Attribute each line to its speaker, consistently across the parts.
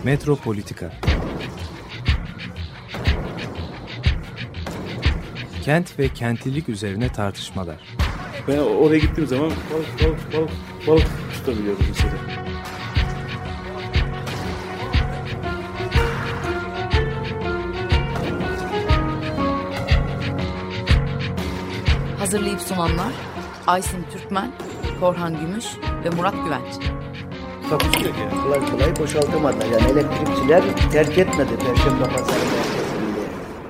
Speaker 1: Metropolitika. Kent ve kentlilik üzerine tartışmalar.
Speaker 2: Ben oraya gittiğim zaman balık tutabiliyordum mesela.
Speaker 3: Hazırlayıp sunanlar Aysin Türkmen, Korhan Gümüş ve Murat Güvenç.
Speaker 4: Takusuyor ki kolay kolay boşaltamadı. Yani elektrikçiler terk etmedi Perşembe Pazarı merkezinde.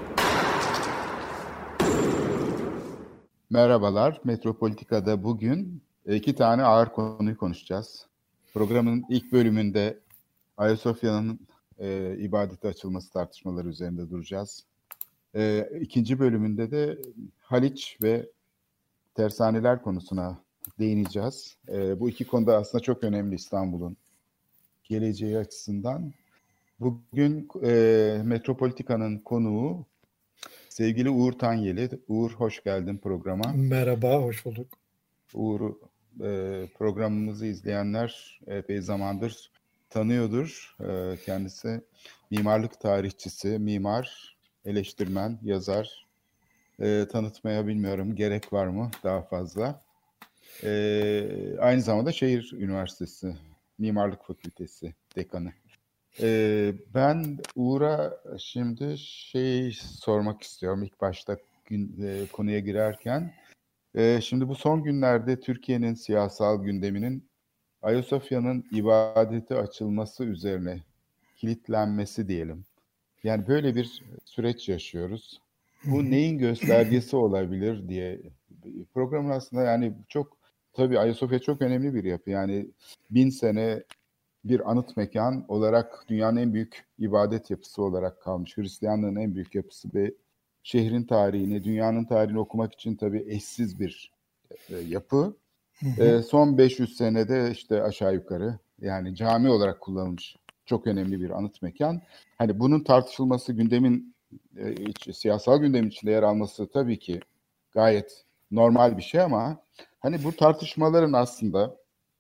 Speaker 5: Merhabalar, Metropolitika'da bugün iki tane ağır konuyu konuşacağız. Programın ilk bölümünde Ayasofya'nın ibadete açılması tartışmaları üzerinde duracağız. İkinci bölümünde de Haliç ve tersaneler konusuna değineceğiz. Bu iki konuda aslında çok önemli İstanbul'un geleceği açısından. Bugün Metropolitika'nın konuğu sevgili Uğur Tanyeli. Uğur, hoş geldin programa.
Speaker 6: Merhaba, hoş bulduk.
Speaker 5: Uğur, programımızı izleyenler epey zamandır tanıyordur. Kendisi mimarlık tarihçisi, mimar, eleştirmen, yazar. Tanıtmaya bilmiyorum, gerek var mı daha fazla. Aynı zamanda Şehir Üniversitesi Mimarlık Fakültesi dekanı. Ben Uğur'a şimdi sormak istiyorum ilk başta konuya girerken. Şimdi bu son günlerde Türkiye'nin siyasal gündeminin Ayasofya'nın ibadete açılması üzerine kilitlenmesi diyelim. Yani böyle bir süreç yaşıyoruz. Bu neyin göstergesi olabilir diye. Programın aslında yani çok, tabii Ayasofya çok önemli bir yapı. Yani 1000 sene bir anıt mekan olarak dünyanın en büyük ibadet yapısı olarak kalmış. Hristiyanlığın en büyük yapısı ve şehrin tarihini, dünyanın tarihini okumak için tabii eşsiz bir yapı. Son 500 senede işte aşağı yukarı yani cami olarak kullanılmış çok önemli bir anıt mekan. Hani bunun tartışılması, gündemin siyasal gündemin içinde yer alması tabii ki gayet normal bir şey ama hani bu tartışmaların aslında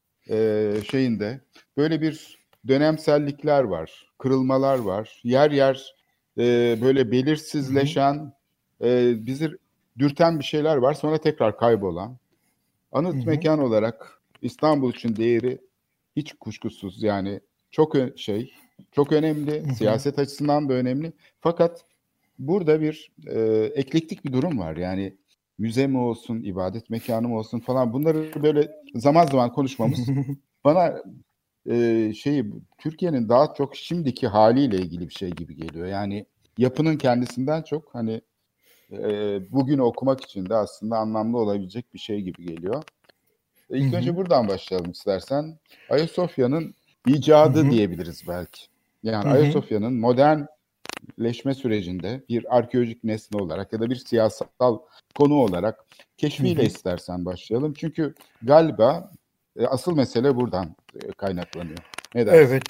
Speaker 5: böyle bir dönemsellikler var, kırılmalar var. Yer yer böyle belirsizleşen, bizi dürten bir şeyler var. Sonra tekrar kaybolan. Anıt mekan olarak İstanbul için değeri hiç kuşkusuz yani çok önemli. Siyaset açısından da önemli. Fakat burada bir eklektik bir durum var. Yani müze mi olsun, ibadet mekanı mı olsun falan, bunları böyle zaman zaman konuşmamız bana Türkiye'nin daha çok şimdiki haliyle ilgili bir şey gibi geliyor. Yani yapının kendisinden çok hani bugün okumak için de aslında anlamlı olabilecek bir şey gibi geliyor. İlk önce buradan başlayalım istersen. Ayasofya'nın icadı diyebiliriz belki. Yani Ayasofya'nın modernleşme sürecinde bir arkeolojik nesne olarak ya da bir siyasal konu olarak keşfiyle istersen başlayalım. Çünkü galiba asıl mesele buradan kaynaklanıyor. Ne dersin?
Speaker 6: Evet,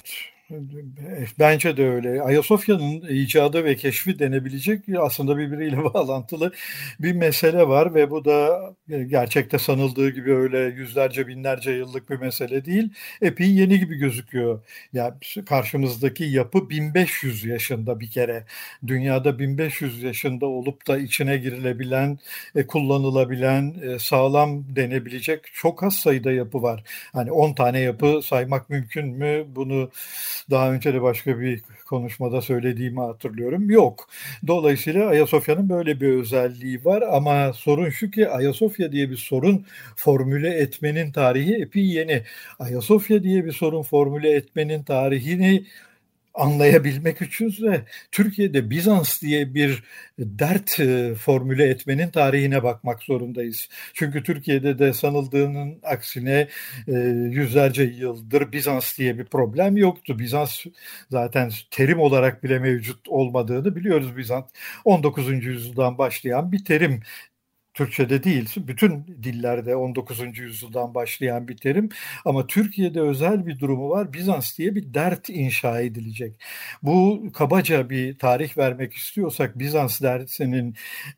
Speaker 6: bence de öyle. Ayasofya'nın icadı ve keşfi denebilecek aslında birbiriyle bağlantılı bir mesele var ve bu da gerçekte sanıldığı gibi öyle yüzlerce binlerce yıllık bir mesele değil. Epey yeni gibi gözüküyor. Yani karşımızdaki yapı 1500 yaşında bir kere. Dünyada 1500 yaşında olup da içine girilebilen, kullanılabilen, sağlam denebilecek çok az sayıda yapı var. Hani 10 tane yapı saymak mümkün mü? Bunu daha önce de başka bir konuşmada söylediğimi hatırlıyorum. Yok. Dolayısıyla Ayasofya'nın böyle bir özelliği var ama sorun şu ki Ayasofya diye bir sorun formüle etmenin tarihi epey yeni. Ayasofya diye bir sorun formüle etmenin tarihini anlayabilmek için de Türkiye'de Bizans diye bir dert formüle etmenin tarihine bakmak zorundayız. Çünkü Türkiye'de de sanıldığının aksine yüzlerce yıldır Bizans diye bir problem yoktu. Bizans zaten terim olarak bile mevcut olmadığını biliyoruz. Bizans 19. yüzyıldan başlayan bir terim. Türkçe'de değil, bütün dillerde 19. yüzyıldan başlayan bir terim. Ama Türkiye'de özel bir durumu var. Bizans diye bir dert inşa edilecek. Bu kabaca bir tarih vermek istiyorsak Bizans dertinin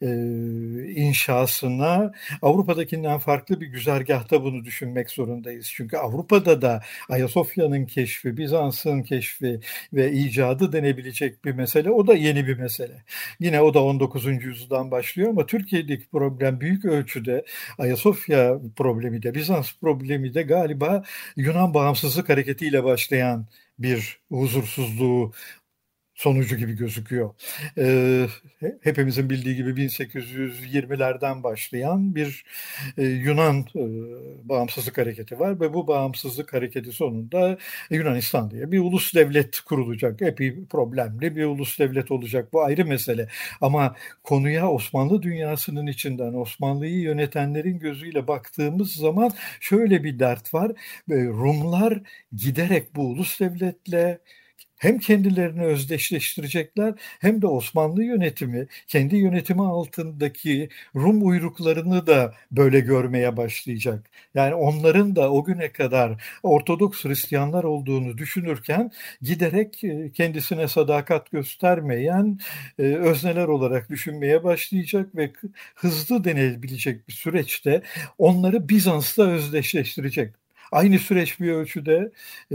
Speaker 6: inşasına Avrupa'dakinden farklı bir güzergahta bunu düşünmek zorundayız. Çünkü Avrupa'da da Ayasofya'nın keşfi, Bizans'ın keşfi ve icadı denebilecek bir mesele. O da yeni bir mesele. Yine o da 19. yüzyıldan başlıyor ama Türkiye'deki problem büyük ölçüde Ayasofya problemi de Bizans problemi de galiba Yunan bağımsızlık hareketiyle başlayan bir huzursuzluğu sonucu gibi gözüküyor. Hepimizin bildiği gibi 1820'lerden başlayan bir Yunan bağımsızlık hareketi var ve bu bağımsızlık hareketi sonunda Yunanistan diye bir ulus devlet kurulacak. Epey problemli bir ulus devlet olacak. Bu ayrı mesele. Ama konuya Osmanlı dünyasının içinden Osmanlı'yı yönetenlerin gözüyle baktığımız zaman şöyle bir dert var. Rumlar giderek bu ulus devletle hem kendilerini özdeşleştirecekler hem de Osmanlı yönetimi kendi yönetimi altındaki Rum uyruklarını da böyle görmeye başlayacak. Yani onların da o güne kadar Ortodoks Hristiyanlar olduğunu düşünürken giderek kendisine sadakat göstermeyen özneler olarak düşünmeye başlayacak ve hızlı denebilecek bir süreçte onları Bizans'la özdeşleştirecek. Aynı süreç bir ölçüde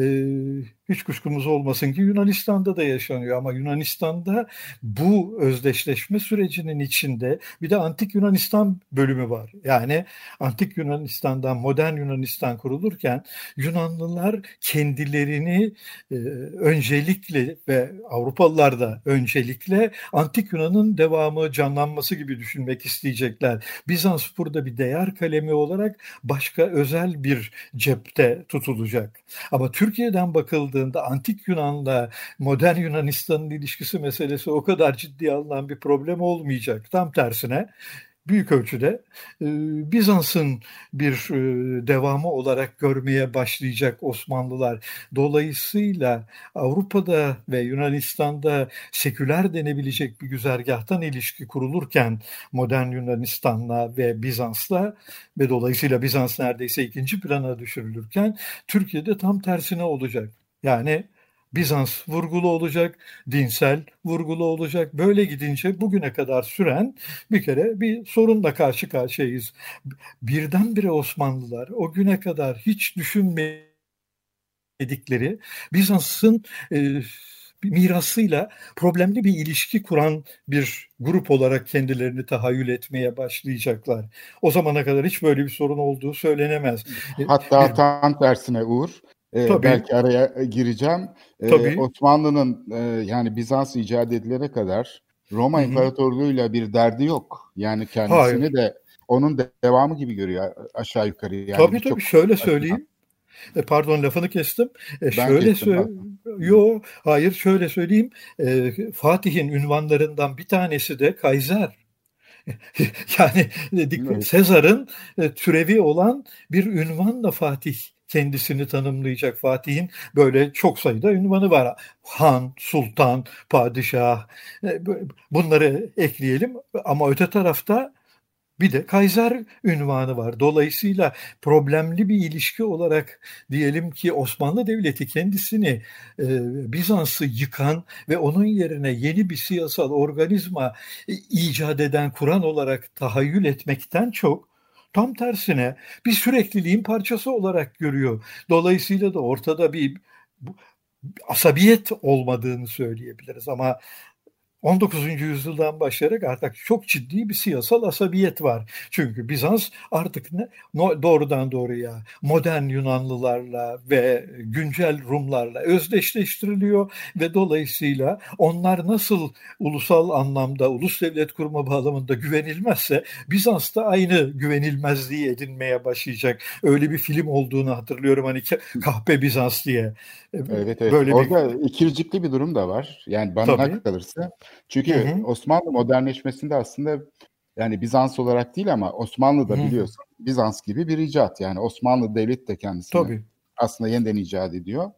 Speaker 6: hiç kuşkumuz olmasın ki Yunanistan'da da yaşanıyor ama Yunanistan'da bu özdeşleşme sürecinin içinde bir de Antik Yunanistan bölümü var. Yani Antik Yunanistan'dan modern Yunanistan kurulurken Yunanlılar kendilerini öncelikle ve Avrupalılar da öncelikle Antik Yunan'ın devamı, canlanması gibi düşünmek isteyecekler. Bizans burada bir değer kalemi olarak başka özel bir cepte tutulacak. Ama Türkiye'den bakıldığında Antik Yunan'la modern Yunanistan'ın ilişkisi meselesi o kadar ciddiye alınan bir problem olmayacak. Tam tersine büyük ölçüde Bizans'ın bir devamı olarak görmeye başlayacak Osmanlılar. Dolayısıyla Avrupa'da ve Yunanistan'da seküler denebilecek bir güzergahtan ilişki kurulurken modern Yunanistan'la ve Bizans'la ve dolayısıyla Bizans neredeyse ikinci plana düşürülürken Türkiye'de tam tersine olacak. Yani Bizans vurgulu olacak, dinsel vurgulu olacak. Böyle gidince bugüne kadar süren bir kere bir sorunla karşı karşıyayız. Birdenbire Osmanlılar o güne kadar hiç düşünmedikleri Bizans'ın mirasıyla problemli bir ilişki kuran bir grup olarak kendilerini tahayyül etmeye başlayacaklar. O zamana kadar hiç böyle bir sorun olduğu söylenemez.
Speaker 5: Hatta tam tersine Uğur. Belki araya gireceğim. Osmanlı'nın yani Bizans icat edilene kadar Roma İmparatorluğu'yla bir derdi yok. Yani kendisini de onun devamı gibi görüyor aşağı yukarı. Yani
Speaker 6: tabii şöyle söyleyeyim. Pardon lafını kestim. Şöyle söyleyeyim. Fatih'in ünvanlarından bir tanesi de Kaiser. Yani Sezar'ın türevi olan bir ünvanla Fatih kendisini tanımlayacak. Fatih'in böyle çok sayıda ünvanı var. Han, sultan, padişah, bunları ekleyelim ama öte tarafta bir de Kaiser ünvanı var. Dolayısıyla problemli bir ilişki olarak diyelim ki Osmanlı Devleti kendisini Bizans'ı yıkan ve onun yerine yeni bir siyasal organizma icat eden, kuran olarak tahayyül etmekten çok tam tersine bir sürekliliğin parçası olarak görüyor. Dolayısıyla da ortada bir asabiyet olmadığını söyleyebiliriz ama 19. yüzyıldan başlayarak artık çok ciddi bir siyasal asabiyet var. Çünkü Bizans artık doğrudan doğruya modern Yunanlılarla ve güncel Rumlarla özdeşleştiriliyor ve dolayısıyla onlar nasıl ulusal anlamda, ulus devlet kurma bağlamında güvenilmezse Bizans da aynı güvenilmezliği edinmeye başlayacak. Öyle bir film olduğunu hatırlıyorum hani Kahpe Bizans diye.
Speaker 5: Evet. Böyle orada ikircikli bir durum da var. Yani bana kalırsa. Çünkü Osmanlı modernleşmesinde aslında yani Bizans olarak değil ama Osmanlı da biliyorsun Bizans gibi bir icat. Yani Osmanlı devlet de kendisini aslında yeniden icat ediyor.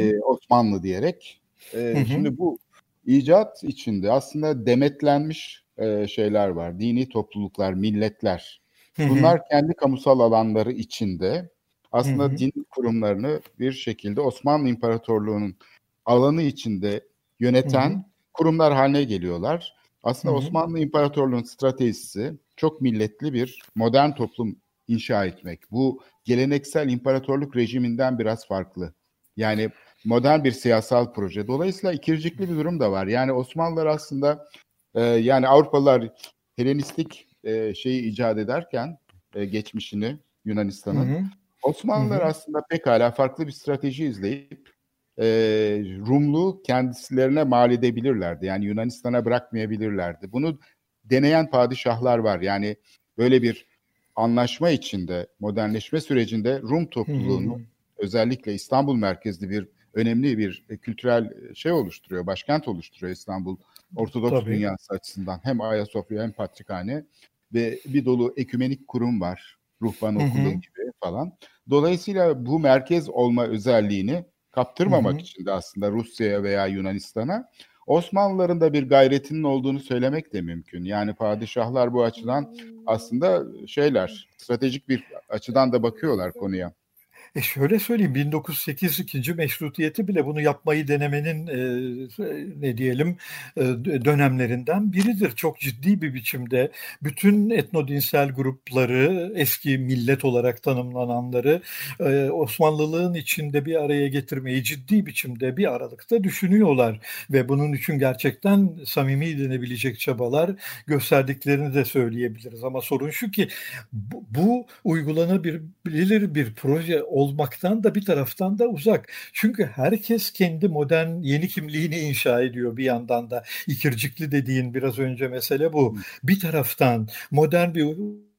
Speaker 5: Osmanlı diyerek. Şimdi bu icat içinde aslında demetlenmiş şeyler var. Dini topluluklar, milletler.
Speaker 6: Hı hı.
Speaker 5: Bunlar kendi kamusal alanları içinde
Speaker 6: Hı
Speaker 5: aslında
Speaker 6: hı.
Speaker 5: din kurumlarını bir şekilde Osmanlı İmparatorluğu'nun alanı içinde
Speaker 6: Hı hı.
Speaker 5: yöneten kurumlar haline geliyorlar.
Speaker 6: Hı
Speaker 5: Aslında
Speaker 6: hı.
Speaker 5: Osmanlı İmparatorluğu'nun stratejisi çok milletli bir modern toplum inşa etmek. Bu geleneksel imparatorluk rejiminden biraz farklı. Yani modern bir siyasal proje. Dolayısıyla ikircikli bir durum da var. Yani Osmanlılar aslında yani Avrupalılar Helenistik şeyi icat ederken geçmişini
Speaker 6: Hı
Speaker 5: Yunanistan'ın,
Speaker 6: hı. Hı
Speaker 5: Osmanlılar
Speaker 6: hı.
Speaker 5: aslında pekala farklı bir strateji izleyip Rumluğu kendilerine mal edebilirlerdi. Yani Yunanistan'a bırakmayabilirlerdi. Bunu deneyen padişahlar var. Yani böyle bir anlaşma içinde, modernleşme sürecinde Rum
Speaker 6: Hı
Speaker 5: topluluğunu
Speaker 6: hı.
Speaker 5: özellikle İstanbul merkezli bir önemli bir kültürel şey oluşturuyor, başkent oluşturuyor İstanbul Ortodoks
Speaker 6: Tabii.
Speaker 5: dünyası açısından. Hem Ayasofya hem Patrikhane ve bir dolu ekümenik kurum var. Ruhban
Speaker 6: Hı
Speaker 5: okulu
Speaker 6: hı.
Speaker 5: gibi falan. Dolayısıyla bu merkez olma özelliğini
Speaker 6: Hı
Speaker 5: kaptırmamak
Speaker 6: hı.
Speaker 5: için de aslında Rusya'ya veya Yunanistan'a Osmanlıların da bir gayretinin olduğunu söylemek de mümkün. Yani padişahlar bu açıdan aslında şeyler, stratejik bir açıdan da bakıyorlar konuya.
Speaker 6: Şöyle söyleyeyim, 1908 ikinci meşrutiyeti bile bunu yapmayı denemenin ne diyelim dönemlerinden biridir. Çok ciddi bir biçimde bütün etnodinsel grupları, eski millet olarak tanımlananları Osmanlılığın içinde bir araya getirmeyi ciddi biçimde bir aralıkta düşünüyorlar ve bunun için gerçekten samimi denebilecek çabalar gösterdiklerini de söyleyebiliriz. Ama sorun şu ki bu uygulanabilir bir proje olmaktan da bir taraftan da uzak. Çünkü herkes kendi modern yeni kimliğini inşa ediyor bir yandan da. İkircikli dediğin biraz önce mesele bu. Bir taraftan modern bir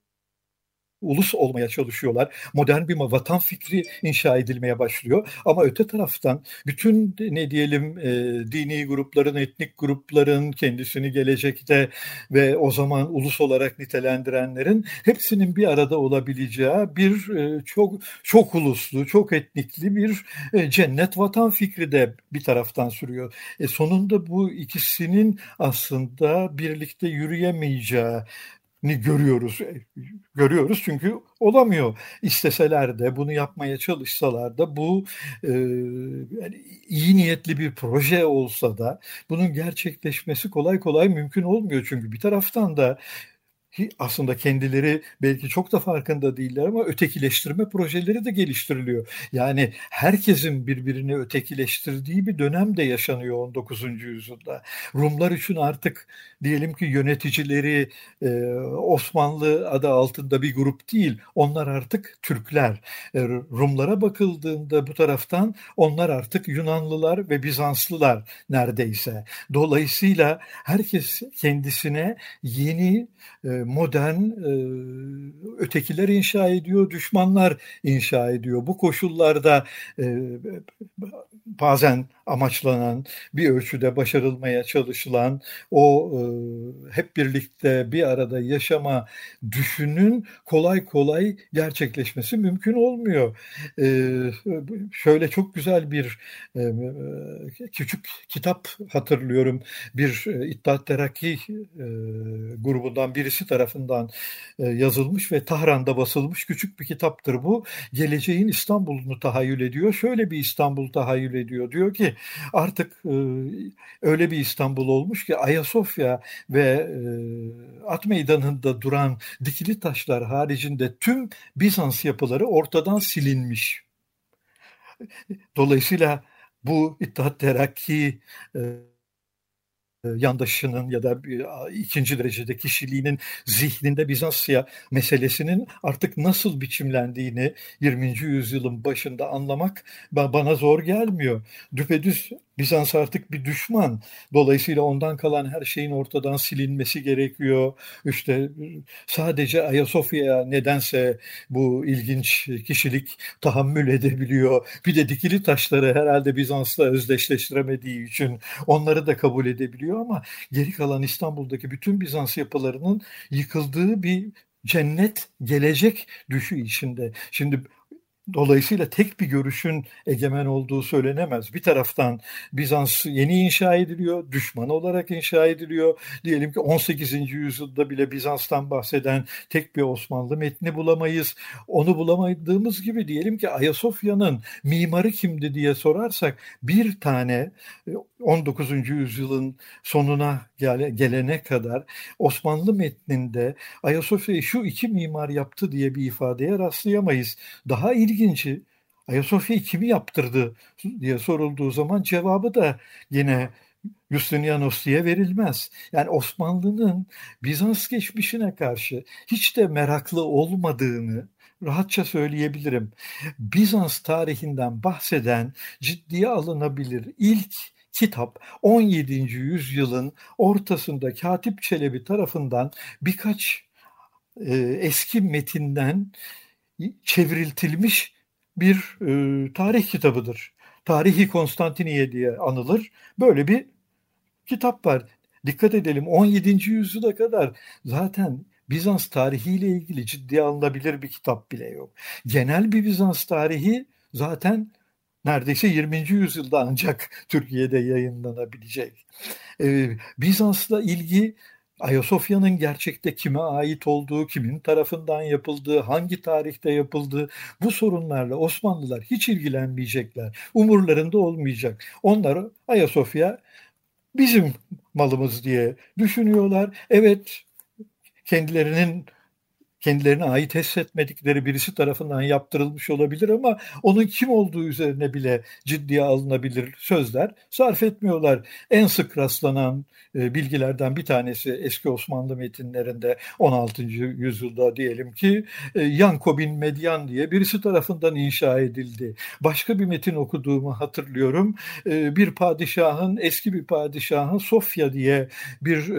Speaker 6: ulus olmaya çalışıyorlar. Modern bir vatan fikri inşa edilmeye başlıyor. Ama öte taraftan bütün ne diyelim dini grupların, etnik grupların kendisini gelecekte ve o zaman ulus olarak nitelendirenlerin hepsinin bir arada olabileceği bir çok uluslu, çok etnikli bir cennet vatan fikri de bir taraftan sürüyor. Sonunda bu ikisinin aslında birlikte yürüyemeyeceği ni görüyoruz. Görüyoruz çünkü olamıyor. İsteseler de bunu yapmaya çalışsalar da bu yani iyi niyetli bir proje olsa da bunun gerçekleşmesi kolay kolay mümkün olmuyor. Çünkü bir taraftan da aslında kendileri belki çok da farkında değiller ama ötekileştirme projeleri de geliştiriliyor. Yani herkesin birbirini ötekileştirdiği bir dönem de yaşanıyor 19. yüzyılda. Rumlar için artık diyelim ki yöneticileri Osmanlı adı altında bir grup değil. Onlar artık Türkler. Rumlara bakıldığında bu taraftan onlar artık Yunanlılar ve Bizanslılar neredeyse. Dolayısıyla herkes kendisine yeni modern ötekiler inşa ediyor, düşmanlar inşa ediyor. Bu koşullarda bazen amaçlanan, bir ölçüde başarılmaya çalışılan o hep birlikte bir arada yaşama düşünün kolay kolay gerçekleşmesi mümkün olmuyor. Şöyle çok güzel bir küçük kitap hatırlıyorum. Bir İttihat Terakki grubundan birisi tarafından yazılmış ve Tahran'da basılmış küçük bir kitaptır bu. Geleceğin İstanbul'unu tahayyül ediyor. Şöyle bir İstanbul tahayyül ediyor. Diyor ki artık öyle bir İstanbul olmuş ki Ayasofya ve At Meydanı'nda duran dikili taşlar haricinde tüm Bizans yapıları ortadan silinmiş. Dolayısıyla bu İttihat Terakki yandaşının ya da ikinci derecede kişiliğinin zihninde Bizansya meselesinin artık nasıl biçimlendiğini 20. yüzyılın başında anlamak bana zor gelmiyor. Düpedüz Bizans artık bir düşman. Dolayısıyla ondan kalan her şeyin ortadan silinmesi gerekiyor. İşte sadece Ayasofya'ya nedense bu ilginç kişilik tahammül edebiliyor. Bir de dikili taşları herhalde Bizans'la özdeşleştiremediği için onları da kabul edebiliyor ama geri kalan İstanbul'daki bütün Bizans yapılarının yıkıldığı bir cennet gelecek düşü içinde. Şimdi Dolayısıyla tek bir görüşün egemen olduğu söylenemez. Bir taraftan Bizans yeni inşa ediliyor, düşman olarak inşa ediliyor. Diyelim ki 18. yüzyılda bile Bizans'tan bahseden tek bir Osmanlı metni bulamayız. Onu bulamadığımız gibi diyelim ki Ayasofya'nın mimarı kimdi diye sorarsak bir tane 19. yüzyılın sonuna gelene kadar Osmanlı metninde Ayasofya'yı şu iki mimar yaptı diye bir ifadeye rastlayamayız. Daha ilginci, Ayasofya'yı kimi yaptırdı diye sorulduğu zaman cevabı da yine Justinianos diye verilmez. Yani Osmanlı'nın Bizans geçmişine karşı hiç de meraklı olmadığını rahatça söyleyebilirim. Bizans tarihinden bahseden ciddiye alınabilir ilk kitap 17. yüzyılın ortasında Katip Çelebi tarafından birkaç eski metinden çevriltilmiş bir tarih kitabıdır. Tarihi Konstantiniye diye anılır. Böyle bir kitap var. Dikkat edelim 17. yüzyıla kadar zaten Bizans tarihiyle ilgili ciddiye alınabilir bir kitap bile yok. Genel bir Bizans tarihi zaten neredeyse 20. yüzyılda ancak Türkiye'de yayınlanabilecek. Bizans'la ilgi Ayasofya'nın gerçekte kime ait olduğu, kimin tarafından yapıldığı, hangi tarihte yapıldığı bu sorunlarla Osmanlılar hiç ilgilenmeyecekler. Umurlarında olmayacak. Onlar Ayasofya bizim malımız diye düşünüyorlar. Evet, kendilerine ait hissetmedikleri birisi tarafından yaptırılmış olabilir ama onun kim olduğu üzerine bile ciddiye alınabilir sözler sarf etmiyorlar. En sık rastlanan bilgilerden bir tanesi eski Osmanlı metinlerinde 16. yüzyılda diyelim ki Yanko bin Medyan diye birisi tarafından inşa edildi. Başka bir metin okuduğumu hatırlıyorum. Eski bir padişahın Sofya diye bir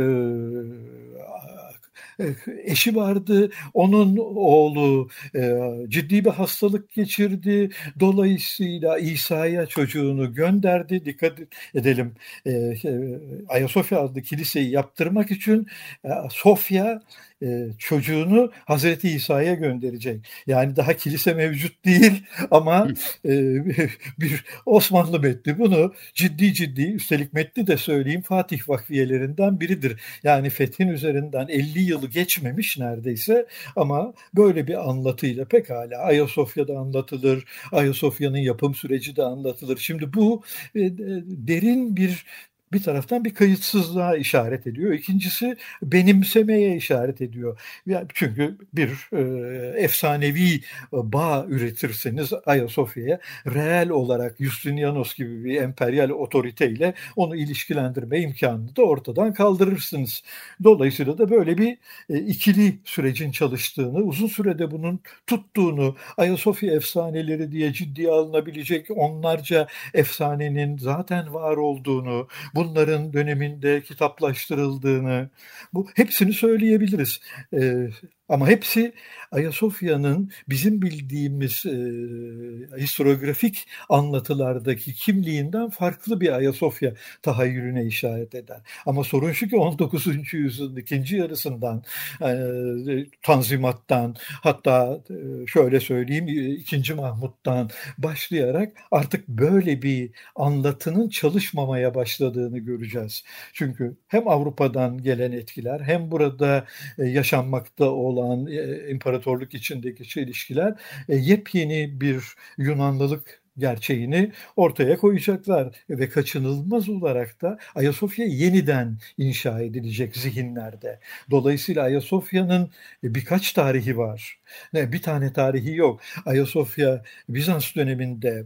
Speaker 6: eşi vardı. Onun oğlu ciddi bir hastalık geçirdi. Dolayısıyla İsa'ya çocuğunu gönderdi. Dikkat edelim. Ayasofya adlı kiliseyi yaptırmak için Sofya çocuğunu Hazreti İsa'ya gönderecek. Yani daha kilise mevcut değil ama bir Osmanlı metni bunu ciddi üstelik metni de söyleyeyim Fatih vakfiyelerinden biridir. Yani fethin üzerinden 50 yılı geçmemiş neredeyse ama böyle bir anlatıyla pekala Ayasofya'da anlatılır. Ayasofya'nın yapım süreci de anlatılır. Şimdi bu derin bir taraftan bir kayıtsızlığa işaret ediyor. İkincisi benimsemeye işaret ediyor. Çünkü bir efsanevi bağ üretirseniz Ayasofya'ya reel olarak Justinianos gibi bir emperyal otoriteyle onu ilişkilendirme imkanını da ortadan kaldırırsınız. Dolayısıyla da böyle bir ikili sürecin çalıştığını, uzun sürede bunun tuttuğunu, Ayasofya efsaneleri diye ciddiye alınabilecek onlarca efsanenin zaten var olduğunu, bunların döneminde kitaplaştırıldığını, bu hepsini söyleyebiliriz. Ama hepsi Ayasofya'nın bizim bildiğimiz historiografik anlatılardaki kimliğinden farklı bir Ayasofya tahayyülüne işaret eder. Ama sorun şu ki 19. yüzyılın ikinci yarısından Tanzimat'tan hatta şöyle söyleyeyim 2. Mahmut'tan başlayarak artık böyle bir anlatının çalışmamaya başladığını göreceğiz. Çünkü hem Avrupa'dan gelen etkiler hem burada yaşanmakta olan imparatorluk içindeki ilişkiler yepyeni bir Yunanlılık gerçeğini ortaya koyacaklar ve kaçınılmaz olarak da Ayasofya yeniden inşa edilecek zihinlerde. Dolayısıyla Ayasofya'nın birkaç tarihi var. Bir tane tarihi yok. Ayasofya Bizans döneminde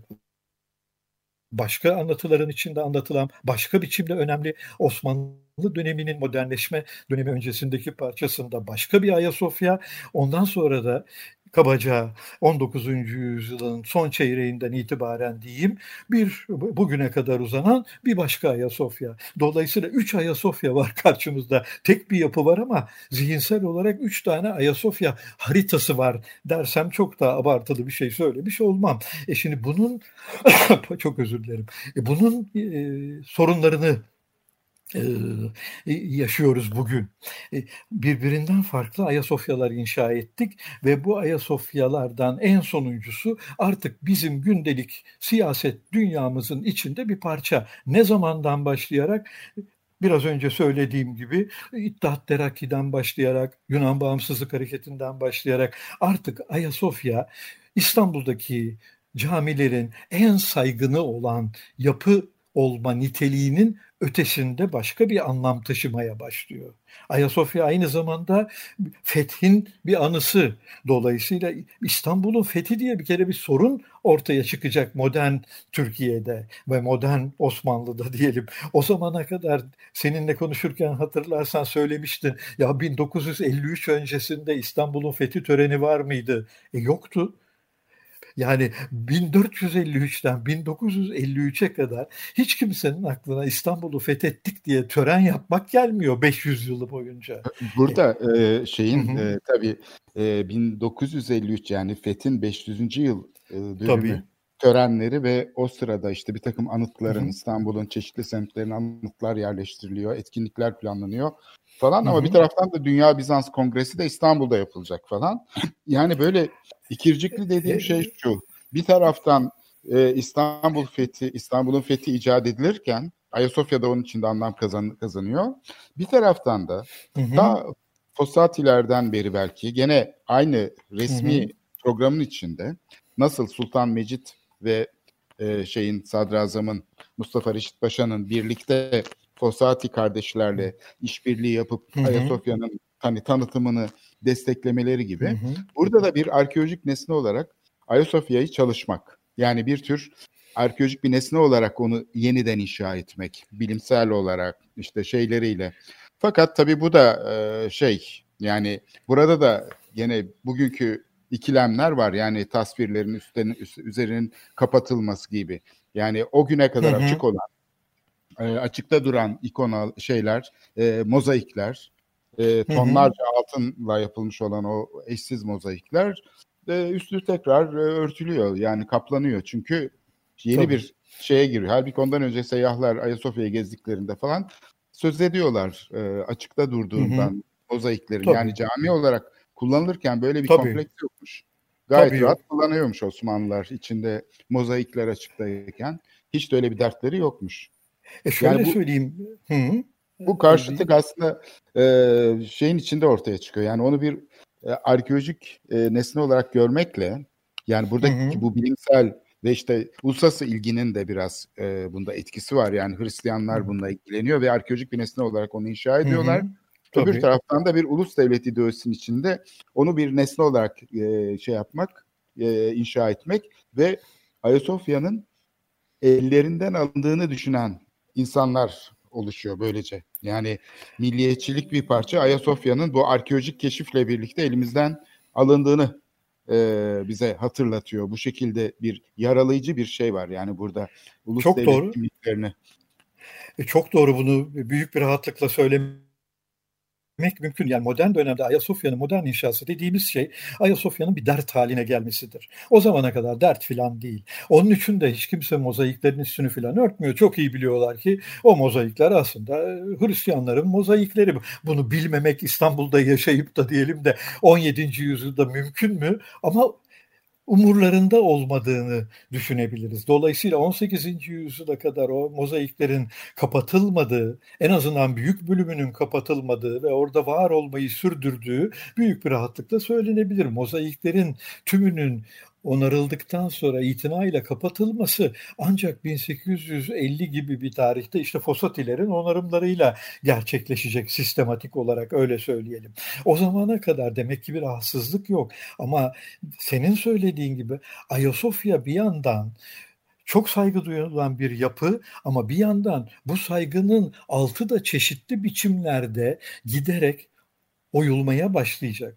Speaker 6: başka anlatıların içinde anlatılan başka biçimde önemli, Osmanlı döneminin modernleşme dönemi öncesindeki parçasında başka bir Ayasofya, ondan sonra da kabaca 19. yüzyılın son çeyreğinden itibaren diyeyim bugüne kadar uzanan bir başka Ayasofya. Dolayısıyla 3 Ayasofya var karşımızda. Tek bir yapı var ama zihinsel olarak 3 tane Ayasofya haritası var dersem çok daha abartılı bir şey söylemiş olmam. Şimdi bunun çok özür dilerim. Bunun sorunlarını yaşıyoruz bugün. Birbirinden farklı Ayasofyalar inşa ettik ve bu Ayasofyalardan en sonuncusu artık bizim gündelik siyaset dünyamızın içinde bir parça. Ne zamandan başlayarak? Biraz önce söylediğim gibi İttihat Terakki'den başlayarak, Yunan Bağımsızlık Hareketi'nden başlayarak artık Ayasofya İstanbul'daki camilerin en saygını olan yapı olma niteliğinin ötesinde başka bir anlam taşımaya başlıyor. Ayasofya aynı zamanda fethin bir anısı. Dolayısıyla İstanbul'un fethi diye bir kere bir sorun ortaya çıkacak modern Türkiye'de ve modern Osmanlı'da diyelim. O zamana kadar seninle konuşurken hatırlarsan söylemiştin. Ya 1953 öncesinde İstanbul'un fethi töreni var mıydı? Yoktu. Yani 1453'ten 1953'e kadar hiç kimsenin aklına İstanbul'u fethettik diye tören yapmak gelmiyor 500 yılı boyunca.
Speaker 5: Burada
Speaker 6: Hı.
Speaker 5: tabii 1953 yani Fethin 500. yıl dönümü
Speaker 6: Tabii.
Speaker 5: törenleri ve o sırada işte bir takım anıtların,
Speaker 6: Hı.
Speaker 5: İstanbul'un çeşitli semtlerine anıtlar yerleştiriliyor, etkinlikler planlanıyor falan ama
Speaker 6: Hı.
Speaker 5: bir taraftan da Dünya Bizans Kongresi de İstanbul'da yapılacak falan. Yani böyle ikircikli dediğim şey şu. Bir taraftan İstanbul'un fethi icat edilirken Ayasofya'da onun içinde anlam kazanıyor. Bir taraftan da
Speaker 6: Hı.
Speaker 5: daha Fossatilerden beri belki gene aynı resmi programın içinde nasıl Sultan Mecid ve Sadrazam'ın Mustafa Reşit Paşa'nın birlikte Fossati kardeşlerle işbirliği yapıp Ayasofya'nın tanıtımını desteklemeleri gibi burada da bir arkeolojik nesne olarak Ayasofya'yı çalışmak. Yani bir tür arkeolojik bir nesne olarak onu yeniden inşa etmek, bilimsel olarak işte şeyleriyle. Fakat tabii bu da yani burada da gene bugünkü ikilemler var. Yani tasvirlerin üzerinin kapatılması gibi. Yani o güne kadar açık olan, açıkta duran ikonal şeyler, mozaikler, tonlarca altınla yapılmış olan o eşsiz mozaikler üstü tekrar örtülüyor. Yani kaplanıyor. Çünkü yeni bir şeye giriyor. Halbuki ondan önce seyyahlar Ayasofya'yı gezdiklerinde falan söz ediyorlar açıkta durduğundan mozaiklerin. Yani cami olarak kullanılırken böyle bir kompleks yokmuş. Gayet rahat kullanıyormuş Osmanlılar içinde mozaikler açıktayken. Hiç de öyle bir dertleri yokmuş.
Speaker 6: Şöyle
Speaker 5: yani
Speaker 6: söyleyeyim.
Speaker 5: Bu karşıtlık aslında şeyin içinde ortaya çıkıyor. Yani onu bir arkeolojik nesne olarak görmekle yani buradaki bu bilimsel ve işte uluslararası ilginin de biraz bunda etkisi var. Yani Hristiyanlar bununla ilgileniyor ve arkeolojik bir nesne olarak onu inşa ediyorlar. Öbür taraftan da bir ulus devlet ideolojisinin içinde onu bir nesne olarak inşa etmek ve Ayasofya'nın ellerinden alındığını düşünen insanlar oluşuyor böylece. Yani milliyetçilik bir parça Ayasofya'nın bu arkeolojik keşifle birlikte elimizden alındığını bize hatırlatıyor. Bu şekilde bir yaralayıcı bir şey var yani burada ulus devlet kimliklerini.
Speaker 6: Çok doğru, bunu büyük bir rahatlıkla söylemek mümkün. Yani modern dönemde Ayasofya'nın modern inşası dediğimiz şey Ayasofya'nın bir dert haline gelmesidir. O zamana kadar dert filan değil. Onun için de hiç kimse mozaiklerin üstünü filan örtmüyor. Çok iyi biliyorlar ki o mozaikler aslında Hristiyanların mozaikleri. Bunu bilmemek İstanbul'da yaşayıp da diyelim de 17. yüzyılda mümkün mü? Ama umurlarında olmadığını düşünebiliriz. Dolayısıyla 18. yüzyıla kadar o mozaiklerin kapatılmadığı, en azından büyük bölümünün kapatılmadığı ve orada var olmayı sürdürdüğü büyük bir rahatlıkla söylenebilir. Mozaiklerin tümünün onarıldıktan sonra itinayla kapatılması ancak 1850 gibi bir tarihte işte Fossatilerin onarımlarıyla gerçekleşecek, sistematik olarak öyle söyleyelim. O zamana kadar demek ki bir rahatsızlık yok. Ama senin söylediğin gibi Ayasofya bir yandan çok saygı duyulan bir yapı ama bir yandan bu saygının altı da çeşitli biçimlerde giderek oyulmaya başlayacak.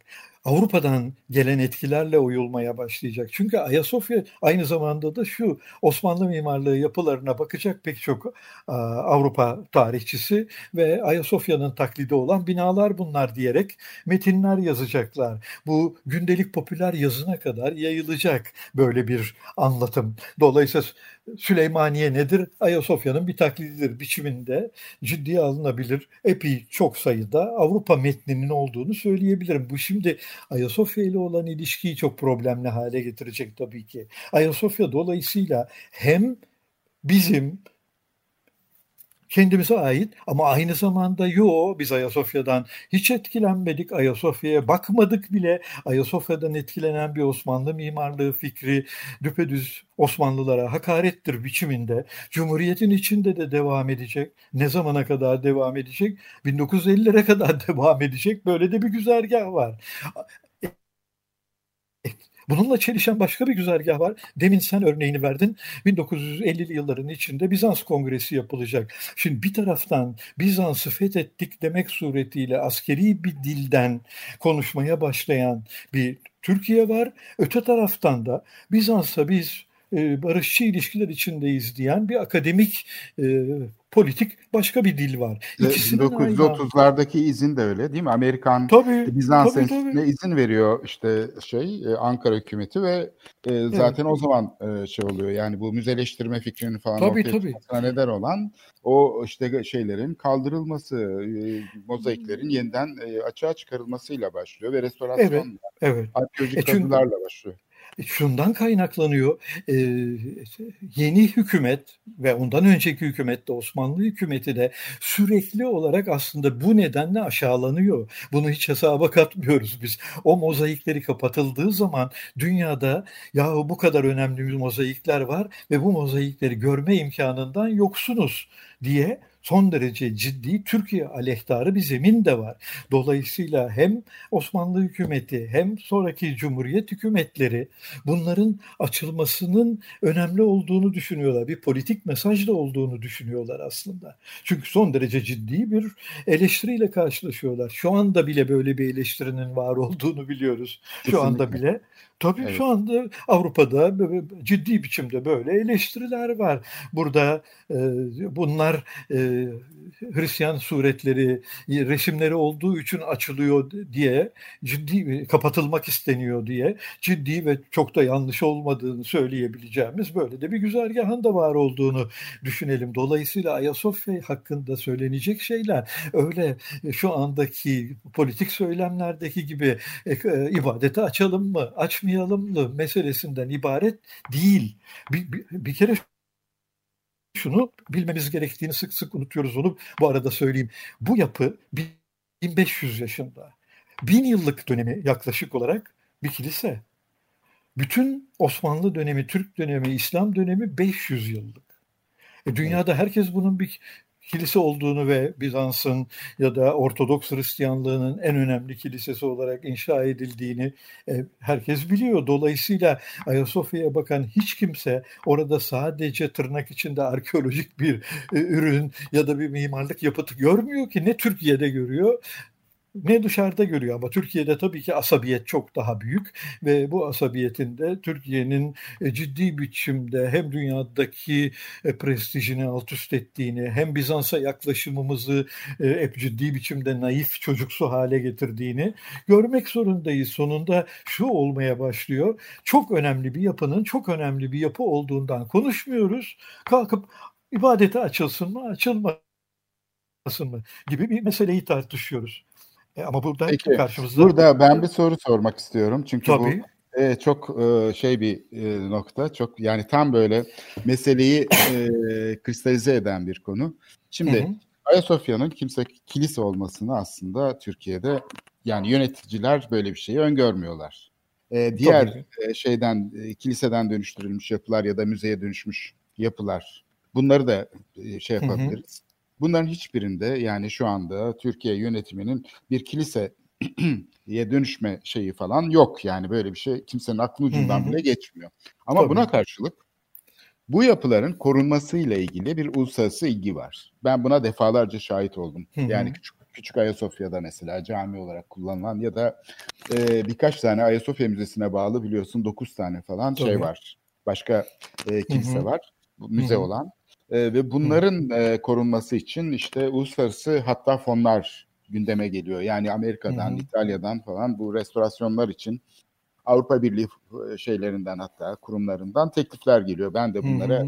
Speaker 6: Avrupa'dan gelen etkilerle uyulmaya başlayacak. Çünkü Ayasofya aynı zamanda da şu Osmanlı mimarlığı yapılarına bakacak pek çok Avrupa tarihçisi ve Ayasofya'nın taklidi olan binalar bunlar diyerek metinler yazacaklar. Bu gündelik popüler yazına kadar yayılacak böyle bir anlatım. Dolayısıyla Süleymaniye nedir? Ayasofya'nın bir taklididir biçiminde ciddiye alınabilir. Epey çok sayıda Avrupa metninin olduğunu söyleyebilirim. Bu şimdi Ayasofya ile olan ilişkiyi çok problemli hale getirecek tabii ki. Ayasofya dolayısıyla hem bizim kendimize ait ama aynı zamanda biz Ayasofya'dan hiç etkilenmedik, Ayasofya'ya bakmadık bile. Ayasofya'dan etkilenen bir Osmanlı mimarlığı fikri düpedüz Osmanlılara hakarettir biçiminde. Cumhuriyetin içinde de devam edecek. Ne zamana kadar devam edecek? 1950'lere kadar devam edecek. Böyle de bir güzergah var. Bununla çelişen başka bir güzergah var. Demin sen örneğini verdin. 1950'li yılların içinde Bizans Kongresi yapılacak. Şimdi bir taraftan Bizans'ı fethettik demek suretiyle askeri bir dilden konuşmaya başlayan bir Türkiye var. Öte taraftan da Bizans'la biz barışçı ilişkiler içindeyiz diyen bir akademik politik başka bir dil var.
Speaker 5: 1930'lardaki izin de öyle değil mi? Amerikan Bizans Enstitüsü'ne izin veriyor işte Ankara hükümeti ve zaten o zaman şey oluyor yani bu müzeleştirme fikrinin falan ortaya çıkmasına neden olan o işte şeylerin kaldırılması, mozaiklerin yeniden açığa çıkarılmasıyla başlıyor ve restorasyonla, arkeolojik kazılarla başlıyor.
Speaker 6: Şundan kaynaklanıyor. Yeni hükümet ve ondan önceki hükümet de Osmanlı hükümeti de sürekli olarak aslında bu nedenle aşağılanıyor. Bunu hiç hesaba katmıyoruz biz. O mozaikleri kapatıldığı zaman dünyada bu kadar önemli mozaikler var ve bu mozaikleri görme imkanından yoksunuz diye son derece ciddi Türkiye aleyhtarı bir zemin de var. Dolayısıyla hem Osmanlı hükümeti hem sonraki Cumhuriyet hükümetleri bunların açılmasının önemli olduğunu düşünüyorlar. Bir politik mesaj da olduğunu düşünüyorlar aslında. Çünkü son derece ciddi bir eleştiriyle karşılaşıyorlar. Şu anda bile böyle bir eleştirinin var olduğunu biliyoruz. Şu anda bile. Tabii şu anda Avrupa'da ciddi biçimde böyle eleştiriler var. Burada bunlar Hristiyan suretleri, resimleri olduğu için açılıyor diye kapatılmak isteniyor diye ciddi ve çok da yanlış olmadığını söyleyebileceğimiz böyle de bir güzergahın da var olduğunu düşünelim. Dolayısıyla Ayasofya hakkında söylenecek şeyler öyle şu andaki politik söylemlerdeki gibi ibadeti açalım mı, açmayalım mı meselesinden ibaret değil. Bir kere şunu bilmemiz gerektiğini sık sık unutuyoruz onu. Bu arada söyleyeyim. Bu yapı 1500 yaşında. 1000 yıllık dönemi yaklaşık olarak bir kilise. Bütün Osmanlı dönemi, Türk dönemi, İslam dönemi 500 yıllık. Dünyada herkes bunun bir kilise olduğunu ve Bizans'ın ya da Ortodoks Hristiyanlığının en önemli kilisesi olarak inşa edildiğini herkes biliyor. Dolayısıyla Ayasofya'ya bakan hiç kimse orada sadece tırnak içinde arkeolojik bir ürün ya da bir mimarlık yapıtı görmüyor ki ne Türkiye'de görüyor ne dışarıda görüyor ama Türkiye'de tabii ki asabiyet çok daha büyük ve bu asabiyetin de Türkiye'nin ciddi biçimde hem dünyadaki prestijini alt üst ettiğini hem Bizans'a yaklaşımımızı hep ciddi biçimde naif çocuksu hale getirdiğini görmek zorundayız. Sonunda şu olmaya başlıyor. Çok önemli bir yapının çok önemli bir yapı olduğundan konuşmuyoruz. Kalkıp ibadete açılsın mı açılmasın mı gibi bir meseleyi tartışıyoruz. Ama burada karşımızda...
Speaker 5: Burada ben bir soru sormak istiyorum. Çünkü bu çok şey bir nokta. Çok yani tam böyle meseleyi kristalize eden bir konu. Şimdi Ayasofya'nın kilise olmasını aslında Türkiye'de yani yöneticiler böyle bir şeyi öngörmüyorlar. Diğer kiliseden dönüştürülmüş yapılar ya da müzeye dönüşmüş yapılar. Bunları da şey yapabiliriz. Bunların hiçbirinde yani şu anda Türkiye yönetiminin bir kiliseye dönüşme şeyi falan yok. Yani böyle bir şey kimsenin aklının ucundan bile geçmiyor. Ama buna karşılık bu yapıların korunmasıyla ilgili bir uluslararası ilgi var. Ben buna defalarca şahit oldum. Yani Küçük Ayasofya'da mesela cami olarak kullanılan ya da birkaç tane Ayasofya Müzesi'ne bağlı biliyorsun 9 tane falan şey
Speaker 6: Tabii.
Speaker 5: var. Başka kilise
Speaker 6: Hı.
Speaker 5: var. Müze
Speaker 6: Hı.
Speaker 5: olan. Ve
Speaker 6: Hı.
Speaker 5: bunların korunması için işte uluslararası hatta fonlar gündeme geliyor. Yani Amerika'dan,
Speaker 6: Hı.
Speaker 5: İtalya'dan falan bu restorasyonlar için Avrupa Birliği şeylerinden hatta kurumlarından teklifler geliyor. Ben de bunlara
Speaker 6: Hı.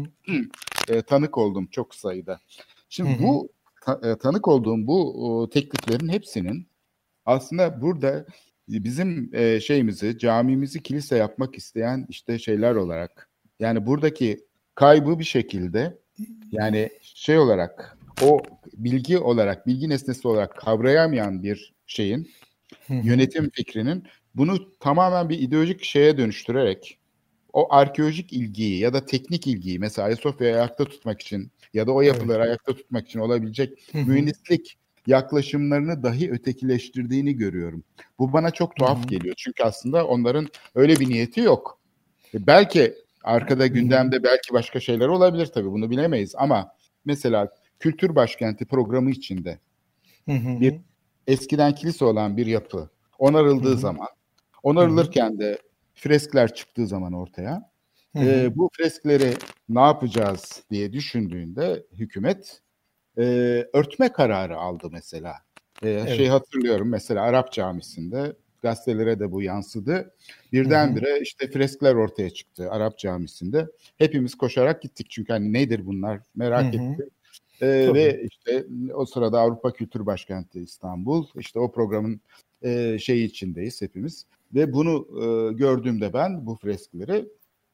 Speaker 5: tanık oldum çok sayıda.
Speaker 6: Hı.
Speaker 5: Şimdi bu tanık olduğum bu tekliflerin hepsinin aslında burada bizim şeyimizi, camimizi kilise yapmak isteyen işte şeyler olarak yani buradaki kaybı bir şekilde yani şey olarak o bilgi olarak, bilgi nesnesi olarak kavrayamayan bir şeyin
Speaker 6: Hı.
Speaker 5: yönetim fikrinin bunu tamamen bir ideolojik şeye dönüştürerek o arkeolojik ilgiyi ya da teknik ilgiyi mesela Ayasofya'yı ayakta tutmak için ya da o
Speaker 6: Evet.
Speaker 5: yapıları ayakta tutmak için olabilecek
Speaker 6: Hı.
Speaker 5: mühendislik yaklaşımlarını dahi ötekileştirdiğini görüyorum. Bu bana çok
Speaker 6: Hı.
Speaker 5: tuhaf geliyor. Çünkü aslında onların öyle bir niyeti yok. Belki arkada
Speaker 6: Hı.
Speaker 5: gündemde belki başka şeyler olabilir tabii bunu bilemeyiz ama mesela Kültür Başkenti programı içinde
Speaker 6: Hı.
Speaker 5: bir eskiden kilise olan bir yapı onarıldığı
Speaker 6: Hı.
Speaker 5: zaman, onarılırken de freskler çıktığı zaman ortaya,
Speaker 6: Hı.
Speaker 5: bu freskleri ne yapacağız diye düşündüğünde hükümet e, örtme kararı aldı mesela. Şey
Speaker 6: Evet.
Speaker 5: hatırlıyorum mesela Arap Camisi'nde gazetelere de bu yansıdı.
Speaker 6: Hı hı.
Speaker 5: Birdenbire işte freskler ortaya çıktı Arap Camisi'nde. Hepimiz koşarak gittik çünkü hani nedir bunlar
Speaker 6: Hı
Speaker 5: merak
Speaker 6: hı.
Speaker 5: ettik.
Speaker 6: Tabii.
Speaker 5: Ve işte o sırada Avrupa Kültür Başkenti İstanbul. İşte o programın şeyi içindeyiz hepimiz. Ve bunu gördüğümde ben bu freskleri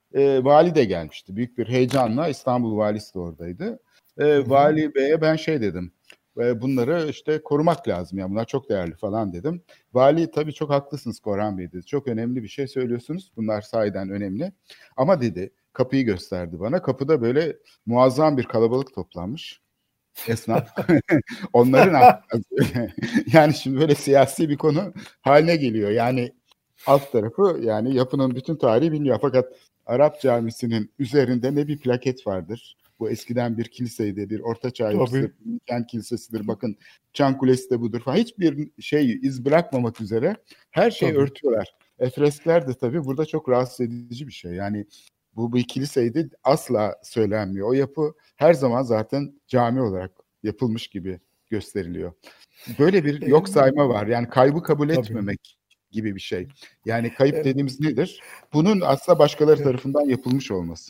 Speaker 5: vali de gelmişti. Büyük bir heyecanla İstanbul valisi de oradaydı.
Speaker 6: Hı hı.
Speaker 5: Vali Bey'e ben şey dedim. Bunları işte korumak lazım ya bunlar çok değerli falan dedim. Vali tabii çok haklısınız Korhan Bey dedi. Çok önemli bir şey söylüyorsunuz. Bunlar sahiden önemli. Ama dedi kapıyı gösterdi bana. Kapıda böyle muazzam bir kalabalık toplanmış. Esnaf. Onların aklına yani şimdi böyle siyasi bir konu haline geliyor. Yani alt tarafı yani yapının bütün tarihi biliniyor. Fakat Arap Camisi'nin üzerinde ne bir plaket vardır. Bu eskiden bir kiliseydi, bir ortaçağ
Speaker 6: Tabii.
Speaker 5: yapısıdır, kent kilisesidir. Bakın Çan Kulesi de budur falan. Hiçbir şey iz bırakmamak üzere her şeyi
Speaker 6: Tabii.
Speaker 5: örtüyorlar. Freskler de tabii burada çok rahatsız edici bir şey. Yani bu bir kiliseydi asla söylenmiyor. O yapı her zaman zaten cami olarak yapılmış gibi gösteriliyor. Böyle bir
Speaker 6: E,
Speaker 5: yok sayma var. Yani kaybı kabul
Speaker 6: tabii.
Speaker 5: etmemek gibi bir şey. Yani kayıp
Speaker 6: E,
Speaker 5: dediğimiz nedir? Bunun aslında başkaları
Speaker 6: e,
Speaker 5: tarafından yapılmış olması.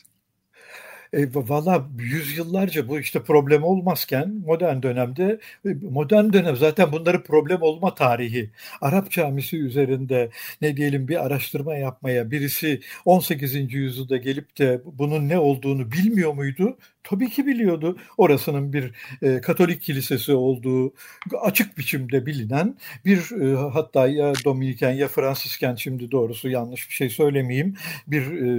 Speaker 6: Valla yüzyıllarca bu işte problem olmazken modern dönemde modern dönem zaten bunları problem olma tarihi. Arap camisi üzerinde ne diyelim bir araştırma yapmaya birisi 18. yüzyılda gelip de bunun ne olduğunu bilmiyor muydu? Tabii ki biliyordu. Orasının bir Katolik kilisesi olduğu açık biçimde bilinen bir hatta ya Dominiken ya Fransisken şimdi doğrusu yanlış bir şey söylemeyeyim bir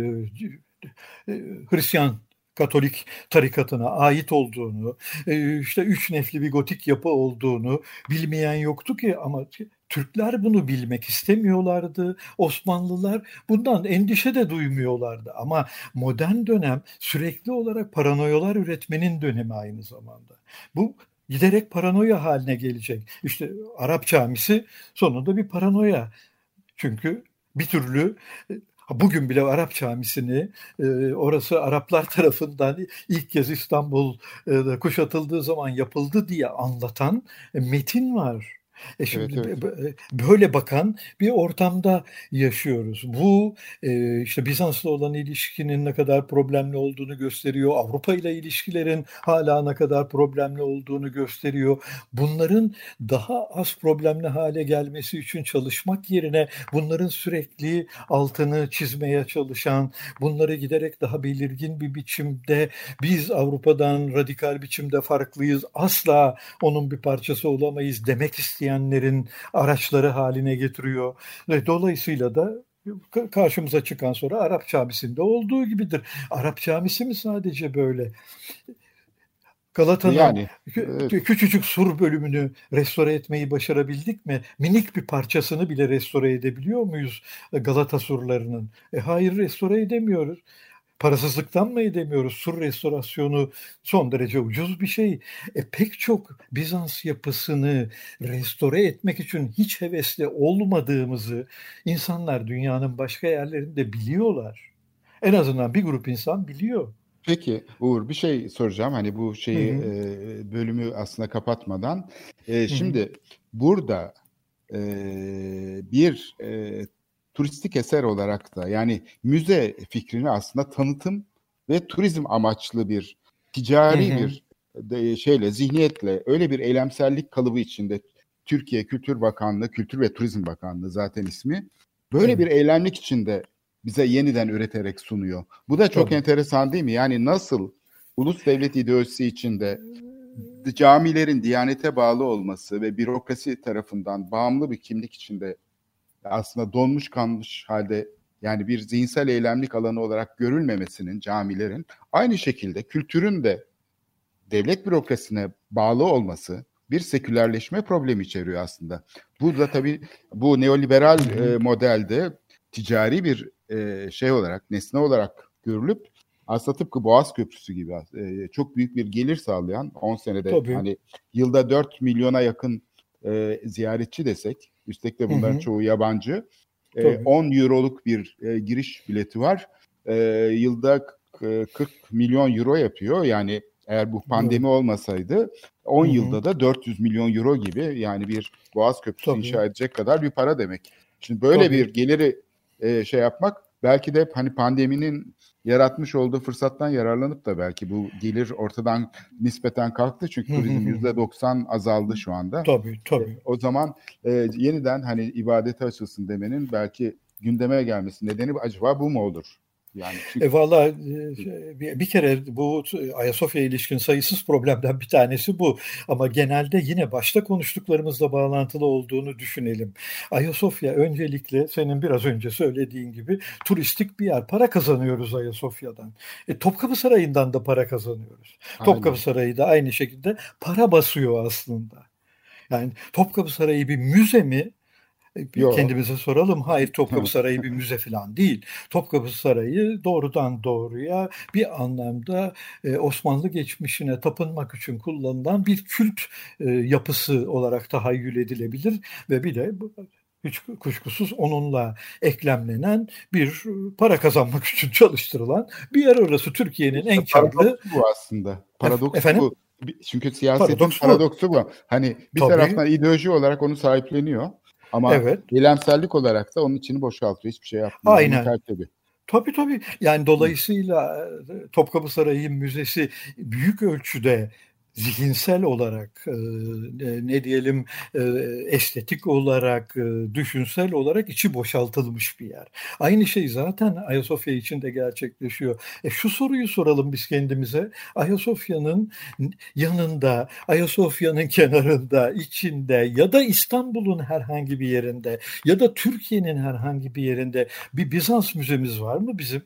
Speaker 6: Hristiyan Katolik tarikatına ait olduğunu, işte üç nefli bir gotik yapı olduğunu bilmeyen yoktu ki ama Türkler bunu bilmek istemiyorlardı. Osmanlılar bundan endişe de duymuyorlardı. Ama modern dönem sürekli olarak paranoyalar üretmenin dönemi aynı zamanda. Bu giderek paranoya haline gelecek. İşte Arap camisi sonunda bir paranoya. Çünkü bir türlü bugün bile Arap Camisi'ni orası Araplar tarafından ilk kez İstanbul kuşatıldığı zaman yapıldı diye anlatan metin var.
Speaker 5: Evet,
Speaker 6: Şimdi
Speaker 5: evet.
Speaker 6: böyle bakan bir ortamda yaşıyoruz. Bu işte Bizans'la olan ilişkinin ne kadar problemli olduğunu gösteriyor. Avrupa ile ilişkilerin hala ne kadar problemli olduğunu gösteriyor. Bunların daha az problemli hale gelmesi için çalışmak yerine bunların sürekli altını çizmeye çalışan, bunları giderek daha belirgin bir biçimde biz Avrupa'dan radikal biçimde farklıyız, asla onun bir parçası olamayız demek isteyenlerin araçları haline getiriyor. Ve dolayısıyla da karşımıza çıkan sonra Arap Camisi'nde olduğu gibidir. Arap Camisi mi sadece böyle? Galata'nın
Speaker 5: Yani evet.
Speaker 6: küçücük sur bölümünü restore etmeyi başarabildik mi? Minik bir parçasını bile restore edebiliyor muyuz Galata surlarının? Hayır, restore edemiyoruz. Parasızlıktan mı edemiyoruz? Sur restorasyonu son derece ucuz bir şey. Pek çok Bizans yapısını restore etmek için hiç hevesli olmadığımızı insanlar dünyanın başka yerlerinde biliyorlar. En azından bir grup insan biliyor.
Speaker 5: Peki Uğur, bir şey soracağım. Hani bu
Speaker 6: Hı
Speaker 5: şeyi
Speaker 6: hı.
Speaker 5: bölümü aslında kapatmadan.
Speaker 6: Hı hı.
Speaker 5: Şimdi burada bir turistik eser olarak da, yani müze fikrini aslında tanıtım ve turizm amaçlı bir
Speaker 6: Hı
Speaker 5: ticari
Speaker 6: hı.
Speaker 5: bir şeyle, zihniyetle, öyle bir eylemsellik kalıbı içinde Türkiye Kültür Bakanlığı, Kültür ve Turizm Bakanlığı zaten ismi, böyle bir
Speaker 6: Evet,
Speaker 5: eylemlik içinde bize yeniden üreterek sunuyor. Bu da çok
Speaker 6: tabii.
Speaker 5: enteresan değil mi? Yani nasıl ulus devlet ideolojisi içinde camilerin Diyanete bağlı olması ve bürokrasi tarafından bağımlı bir kimlik içinde aslında donmuş kalmış halde, yani bir zihinsel eylemlik alanı olarak görülmemesinin, camilerin aynı şekilde kültürün de devlet bürokrasisine bağlı olması bir sekülerleşme problemi içeriyor aslında. Bu da tabii bu neoliberal
Speaker 6: Hı hı.
Speaker 5: modelde ticari bir şey olarak, nesne olarak görülüp aslında tıpkı Boğaz Köprüsü gibi çok büyük bir gelir sağlayan, 10 senede
Speaker 6: Tabii.
Speaker 5: hani yılda 4 milyona yakın ziyaretçi desek, üstelik de
Speaker 6: Hı
Speaker 5: bunların
Speaker 6: hı.
Speaker 5: çoğu yabancı,
Speaker 6: Tabii.
Speaker 5: 10 euroluk bir giriş bileti var. Yılda 40 milyon euro yapıyor. Yani eğer bu
Speaker 6: Evet.
Speaker 5: pandemi olmasaydı
Speaker 6: Hı
Speaker 5: 10
Speaker 6: hı.
Speaker 5: yılda da 400 milyon euro gibi, yani bir Boğaz Köprüsü
Speaker 6: Tabii.
Speaker 5: inşa edecek kadar bir para demek. Şimdi böyle
Speaker 6: Tabii.
Speaker 5: bir geliri şey yapmak, belki de hani pandeminin yaratmış olduğu fırsattan yararlanıp da belki bu gelir ortadan nispeten kalktı. Çünkü
Speaker 6: Hı hı
Speaker 5: turizm
Speaker 6: hı.
Speaker 5: %90 azaldı şu anda.
Speaker 6: Tabii, tabii.
Speaker 5: O zaman yeniden hani ibadete açılsın demenin belki gündeme gelmesi nedeni acaba bu mu olur? Yani çünkü
Speaker 6: Valla bir kere bu Ayasofya'ya ilişkin sayısız problemden bir tanesi bu. Ama genelde yine başta konuştuklarımızla bağlantılı olduğunu düşünelim. Ayasofya öncelikle senin biraz önce söylediğin gibi turistik bir yer. Para kazanıyoruz Ayasofya'dan. Topkapı Sarayı'ndan da para kazanıyoruz. Topkapı
Speaker 5: aynen.
Speaker 6: Sarayı da aynı şekilde para basıyor aslında. Yani Topkapı Sarayı bir müze mi? Bir
Speaker 5: Yok.
Speaker 6: kendimize soralım. Hayır, Topkapı Sarayı bir müze falan değil. Topkapı Sarayı doğrudan doğruya bir anlamda Osmanlı geçmişine tapınmak için kullanılan bir kült yapısı olarak tahayyül edilebilir ve bir de hiç kuşkusuz onunla eklemlenen bir para kazanmak için çalıştırılan bir yer orası. Türkiye'nin
Speaker 5: İşte
Speaker 6: en karlı
Speaker 5: paradoksu bu aslında. Paradoksu
Speaker 6: efendim
Speaker 5: bu. Çünkü siyasetin
Speaker 6: paradoks bu.
Speaker 5: paradoksu bu. Hani bir
Speaker 6: Tabii,
Speaker 5: taraftan ideoloji olarak onu sahipleniyor ama
Speaker 6: evet,
Speaker 5: eylemsellik olarak da onun içini boşaltıyor. Hiçbir şey yapmıyor. Onun
Speaker 6: aynen.
Speaker 5: tertibi.
Speaker 6: Tabii tabii. Yani dolayısıyla Topkapı Sarayı Müzesi büyük ölçüde zihinsel olarak, ne diyelim, estetik olarak, düşünsel olarak içi boşaltılmış bir yer. Aynı şey zaten Ayasofya için de gerçekleşiyor. Şu soruyu soralım biz kendimize. Ayasofya'nın yanında, Ayasofya'nın kenarında, içinde ya da İstanbul'un herhangi bir yerinde ya da Türkiye'nin herhangi bir yerinde bir Bizans müzemiz var mı bizim?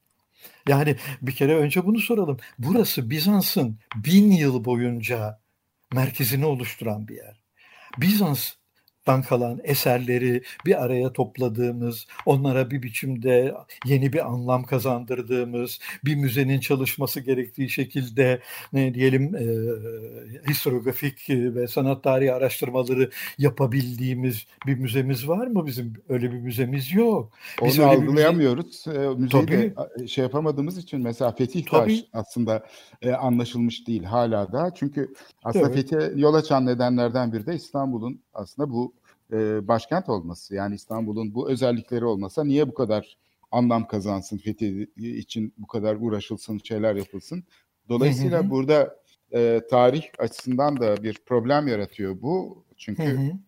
Speaker 6: Yani bir kere önce bunu soralım. Burası Bizans'ın 1000 yıl boyunca merkezini oluşturan bir yer. Bizans'tan kalan eserleri bir araya topladığımız, onlara bir biçimde yeni bir anlam kazandırdığımız, bir müzenin çalışması gerektiği şekilde ne diyelim historiografik ve sanat tarihi araştırmaları yapabildiğimiz bir müzemiz var mı bizim? Öyle bir müzemiz yok. Biz
Speaker 5: Onu
Speaker 6: öyle bir müze
Speaker 5: algılayamıyoruz. Müzeyi de
Speaker 6: tabii
Speaker 5: şey yapamadığımız için, mesela Fetih Taş
Speaker 6: tabii
Speaker 5: aslında anlaşılmış değil hala da. Çünkü aslında
Speaker 6: evet.
Speaker 5: Fethi'ye yol açan nedenlerden biri de İstanbul'un aslında bu başkent olması. Yani İstanbul'un bu özellikleri olmasa niye bu kadar anlam kazansın, Fethi için bu kadar uğraşılsın, şeyler yapılsın.
Speaker 6: Hı hı
Speaker 5: Dolayısıyla
Speaker 6: hı.
Speaker 5: burada tarih açısından da bir problem yaratıyor bu.
Speaker 6: Hı
Speaker 5: Çünkü
Speaker 6: hı.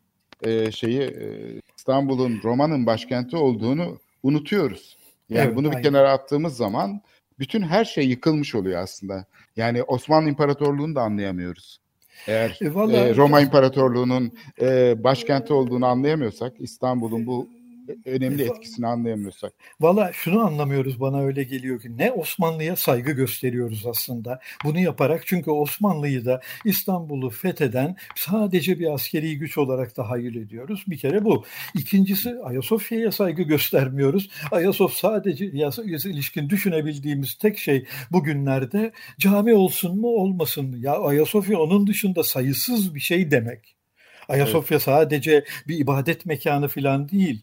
Speaker 5: İstanbul'un Roma'nın başkenti olduğunu unutuyoruz. Yani
Speaker 6: Evet,
Speaker 5: bunu bir
Speaker 6: aynen.
Speaker 5: kenara attığımız zaman bütün her şey yıkılmış oluyor aslında. Yani Osmanlı İmparatorluğu'nu da anlayamıyoruz. Eğer
Speaker 6: Valla
Speaker 5: Roma İmparatorluğu'nun başkenti olduğunu anlayamıyorsak, İstanbul'un bu önemli etkisini anlayamıyorsak.
Speaker 6: Valla şunu anlamıyoruz, bana öyle geliyor ki ne Osmanlı'ya saygı gösteriyoruz aslında. Bunu yaparak, çünkü Osmanlı'yı da İstanbul'u fetheden sadece bir askeri güç olarak tahayyül ediyoruz. Bir kere bu. İkincisi, Ayasofya'ya saygı göstermiyoruz. Ayasofya sadece ilişkin düşünebildiğimiz tek şey bugünlerde cami olsun mu olmasın mı? Ya Ayasofya onun dışında sayısız bir şey demek. Ayasofya sadece bir ibadet mekanı falan değil.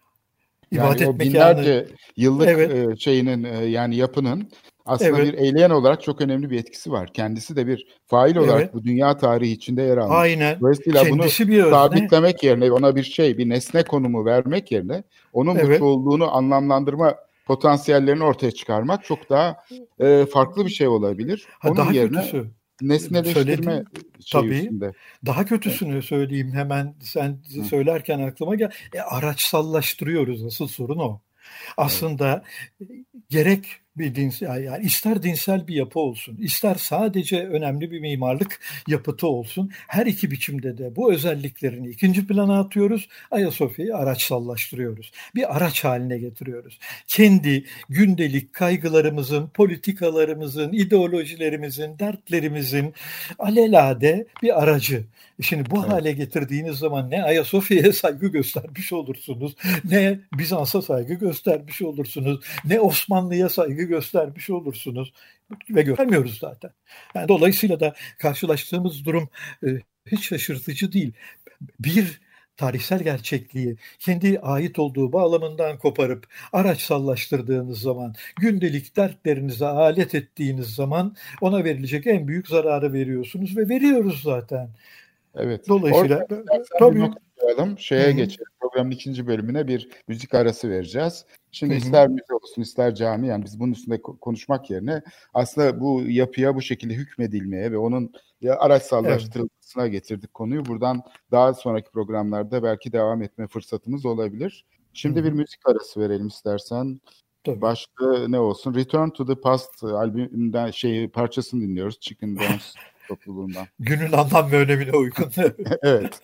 Speaker 5: Yani o binlerce yıllık şeyinin yani yapının aslında bir eyleyen olarak çok önemli bir etkisi var. Kendisi de bir fail olarak bu dünya tarihi içinde yer almış.
Speaker 6: Aynen.
Speaker 5: Dolayısıyla kendisi bunu sabitlemek yerine, ona bir nesne konumu vermek yerine onun bu çoğulluğunu anlamlandırma potansiyellerini ortaya çıkarmak çok daha farklı bir şey olabilir. Onun
Speaker 6: daha
Speaker 5: yerine
Speaker 6: kötüsü,
Speaker 5: nesneleştirme üstünde.
Speaker 6: Daha kötüsünü söyleyeyim hemen, sen söylerken aklıma gel. Araçsallaştırıyoruz, asıl sorun o. Aslında gerek bir dinsel, yani ister dinsel bir yapı olsun, ister sadece önemli bir mimarlık yapıtı olsun, her iki biçimde de bu özelliklerini ikinci plana atıyoruz. Ayasofya'yı araçsallaştırıyoruz. Bir araç haline getiriyoruz. Kendi gündelik kaygılarımızın, politikalarımızın, ideolojilerimizin, dertlerimizin alelade bir aracı. Şimdi bu hale getirdiğiniz zaman ne Ayasofya'ya saygı göstermiş olursunuz, ne Bizans'a saygı göstermiş olursunuz, ne Osmanlı'ya saygı göstermiş olursunuz ve göstermiyoruz zaten. Yani dolayısıyla da karşılaştığımız durum hiç şaşırtıcı değil. Bir tarihsel gerçekliği kendi ait olduğu bağlamından koparıp araçsallaştırdığınız zaman, gündelik dertlerinize alet ettiğiniz zaman ona verilecek en büyük zararı veriyorsunuz ve veriyoruz zaten.
Speaker 5: Evet.
Speaker 6: Dolayısıyla
Speaker 5: tabii geçelim. Programın ikinci bölümüne bir müzik arası vereceğiz. Şimdi ister müze olsun, ister cami, yani biz bunun üstünde konuşmak yerine aslında bu yapıya bu şekilde hükmedilmeye ve onun araçsallaştırılmasına getirdik konuyu. Buradan daha sonraki programlarda belki devam etme fırsatımız olabilir. Şimdi bir müzik arası verelim istersen.
Speaker 6: Tabii.
Speaker 5: Başka ne olsun? Return to the Past albümünden parçasını dinliyoruz. Chicken Bones topluluğundan.
Speaker 6: Günün anlam ve önemine uygun.
Speaker 5: Evet.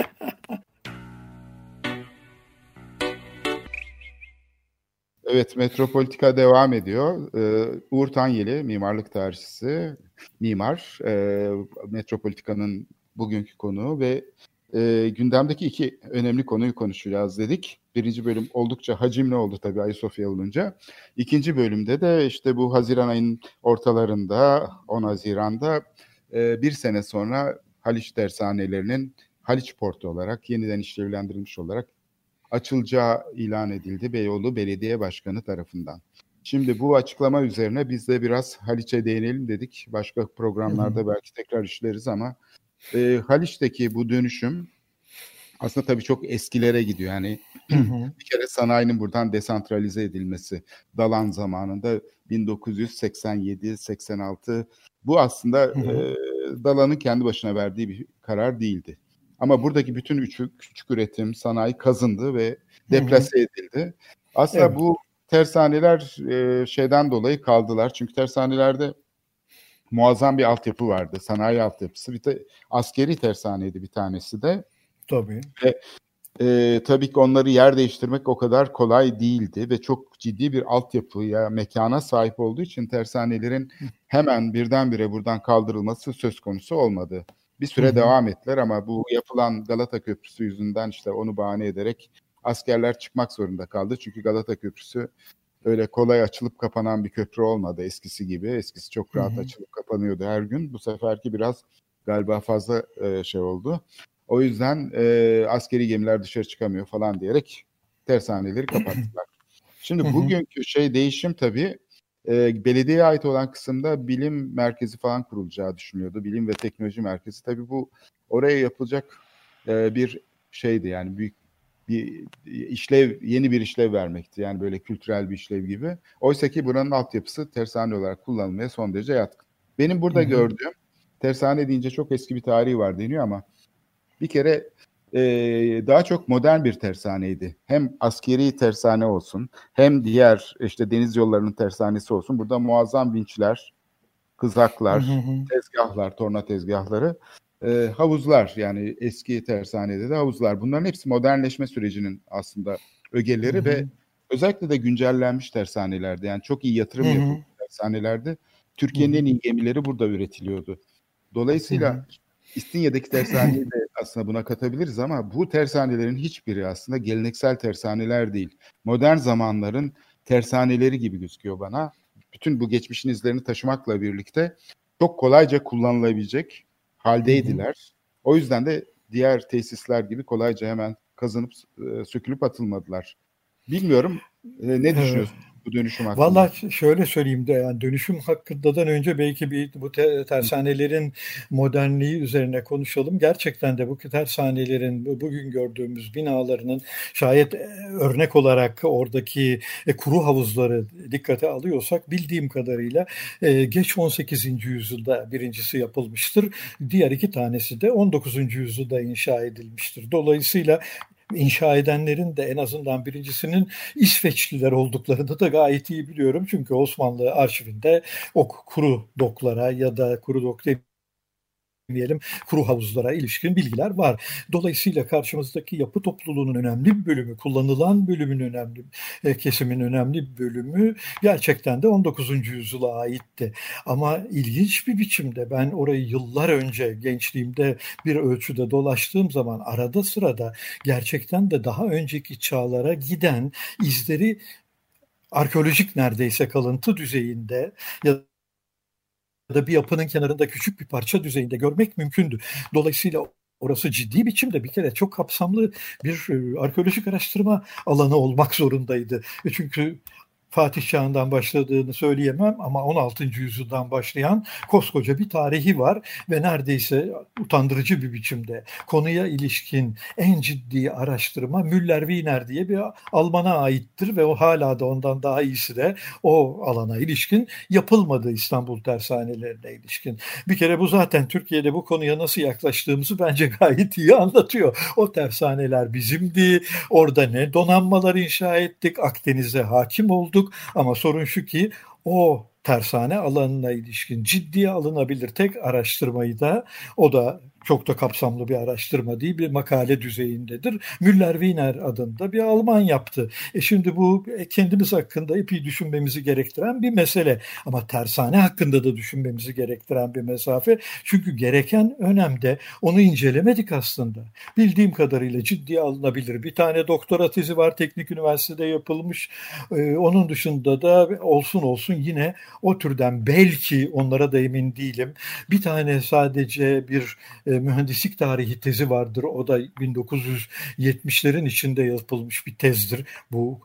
Speaker 5: Evet, Metropolitika devam ediyor. Uğur Tanyeli, mimarlık tarihçisi, mimar. Metropolitika'nın bugünkü konuğu ve gündemdeki iki önemli konuyu konuşacağız dedik. Birinci bölüm oldukça hacimli oldu tabii Ayasofya olunca. İkinci bölümde de işte bu Haziran ayının ortalarında, 10 Haziran'da bir sene sonra Haliç tersanelerinin Haliç Portu olarak yeniden işlevlendirilmiş olarak açılacağı ilan edildi Beyoğlu Belediye Başkanı tarafından. Şimdi bu açıklama üzerine biz de biraz Haliç'e değinelim dedik. Başka programlarda belki tekrar işleriz ama Haliç'teki bu dönüşüm aslında tabii çok eskilere gidiyor. Yani bir kere sanayinin buradan desantralize edilmesi Dalan zamanında 1987-86 bu aslında Dalan'ın kendi başına verdiği bir karar değildi. Ama buradaki bütün küçük üretim, sanayi kazındı ve deplase edildi. Aslında bu tersaneler şeyden dolayı kaldılar. Çünkü tersanelerde muazzam bir altyapı vardı. Sanayi altyapısı. Bir de askeri tersaneydi bir tanesi de.
Speaker 6: Tabii.
Speaker 5: Ve tabii ki onları yer değiştirmek o kadar kolay değildi ve çok ciddi bir altyapıya, mekana sahip olduğu için tersanelerin hemen birdenbire buradan kaldırılması söz konusu olmadı. Bir süre devam ettiler ama bu yapılan Galata Köprüsü yüzünden işte onu bahane ederek askerler çıkmak zorunda kaldı. Çünkü Galata Köprüsü öyle kolay açılıp kapanan bir köprü olmadı eskisi gibi. Eskisi çok rahat açılıp kapanıyordu her gün. Bu seferki biraz galiba fazla şey oldu. O yüzden askeri gemiler dışarı çıkamıyor falan diyerek tersaneleri kapattılar. Şimdi bugünkü değişim tabii belediyeye ait olan kısımda bilim merkezi falan kurulacağı düşünülüyordu. Bilim ve teknoloji merkezi. Tabii bu oraya yapılacak bir şeydi, yani büyük bir işlev, yeni bir işlev vermekti. Yani böyle kültürel bir işlev gibi. Oysa ki buranın altyapısı tersane olarak kullanılmaya son derece yatkın. Benim burada gördüğüm, tersane deyince çok eski bir tarihi var deniyor ama bir kere daha çok modern bir tersaneydi. Hem askeri tersane olsun, hem diğer işte deniz yollarının tersanesi olsun. Burada muazzam vinçler, kızaklar, tezgahlar, torna tezgahları, havuzlar, yani eski tersanede de havuzlar. Bunların hepsi modernleşme sürecinin aslında ögeleri ve özellikle de güncellenmiş tersanelerde, yani çok iyi yatırım yapılmış tersanelerde Türkiye'nin en iyi gemileri burada üretiliyordu. Dolayısıyla İstinye'deki tersaneyi de aslında buna katabiliriz ama bu tersanelerin hiçbiri aslında geleneksel tersaneler değil. Modern zamanların tersaneleri gibi gözüküyor bana. Bütün bu geçmişin izlerini taşımakla birlikte çok kolayca kullanılabilecek haldeydiler. O yüzden de diğer tesisler gibi kolayca hemen kazanıp sökülüp atılmadılar. Bilmiyorum, ne düşünüyorsun bu dönüşüm hakkında?
Speaker 6: Vallahi şöyle söyleyeyim de, yani dönüşüm hakkından önce belki bir bu tersanelerin modernliği üzerine konuşalım. Gerçekten de bu tersanelerin bugün gördüğümüz binalarının şayet örnek olarak oradaki kuru havuzları dikkate alıyorsak, bildiğim kadarıyla geç 18. yüzyılda birincisi yapılmıştır. Diğer iki tanesi de 19. yüzyılda inşa edilmiştir. Dolayısıyla İnşa edenlerin de en azından birincisinin İsveçliler olduklarını da gayet iyi biliyorum. Çünkü Osmanlı arşivinde o kuru doklara ya da kuru dok demeyelim, kuru havuzlara ilişkin bilgiler var. Dolayısıyla karşımızdaki yapı topluluğunun önemli bir bölümü, kullanılan bölümün önemli, kesimin önemli bir bölümü gerçekten de 19. yüzyıla aitti. Ama ilginç bir biçimde ben orayı yıllar önce gençliğimde bir ölçüde dolaştığım zaman arada sırada gerçekten de daha önceki çağlara giden izleri arkeolojik neredeyse kalıntı düzeyinde ya da bir yapının kenarında küçük bir parça düzeyinde görmek mümkündü. Dolayısıyla orası ciddi biçimde bir kere çok kapsamlı bir arkeolojik araştırma alanı olmak zorundaydı. Çünkü Fatih Çağı'ndan başladığını söyleyemem ama 16. yüzyıldan başlayan koskoca bir tarihi var ve neredeyse utandırıcı bir biçimde konuya ilişkin en ciddi araştırma Müller-Wiener diye bir Alman'a aittir ve o hala da ondan daha iyisi de o alana ilişkin yapılmadı, İstanbul tersanelerine ilişkin. Bir kere bu zaten Türkiye'de bu konuya nasıl yaklaştığımızı bence gayet iyi anlatıyor. O tersaneler bizimdi, orada ne donanmalar inşa ettik, Akdeniz'e hakim olduk. Ama sorun şu ki o tersane alanına ilişkin ciddiye alınabilir tek araştırmayı da, o da çok da kapsamlı bir araştırma değil, bir makale düzeyindedir, Müller-Wiener adında bir Alman yaptı. Şimdi bu kendimiz hakkında epey düşünmemizi gerektiren bir mesele. Ama tersane hakkında da düşünmemizi gerektiren bir mesafe. Çünkü gereken önemde onu incelemedik aslında. Bildiğim kadarıyla ciddiye alınabilir bir tane doktora tezi var, Teknik Üniversitede yapılmış. Onun dışında da olsun yine o türden, belki, onlara da emin değilim, bir tane sadece bir mühendislik tarihi tezi vardır. O da 1970'lerin içinde yapılmış bir tezdir. Bu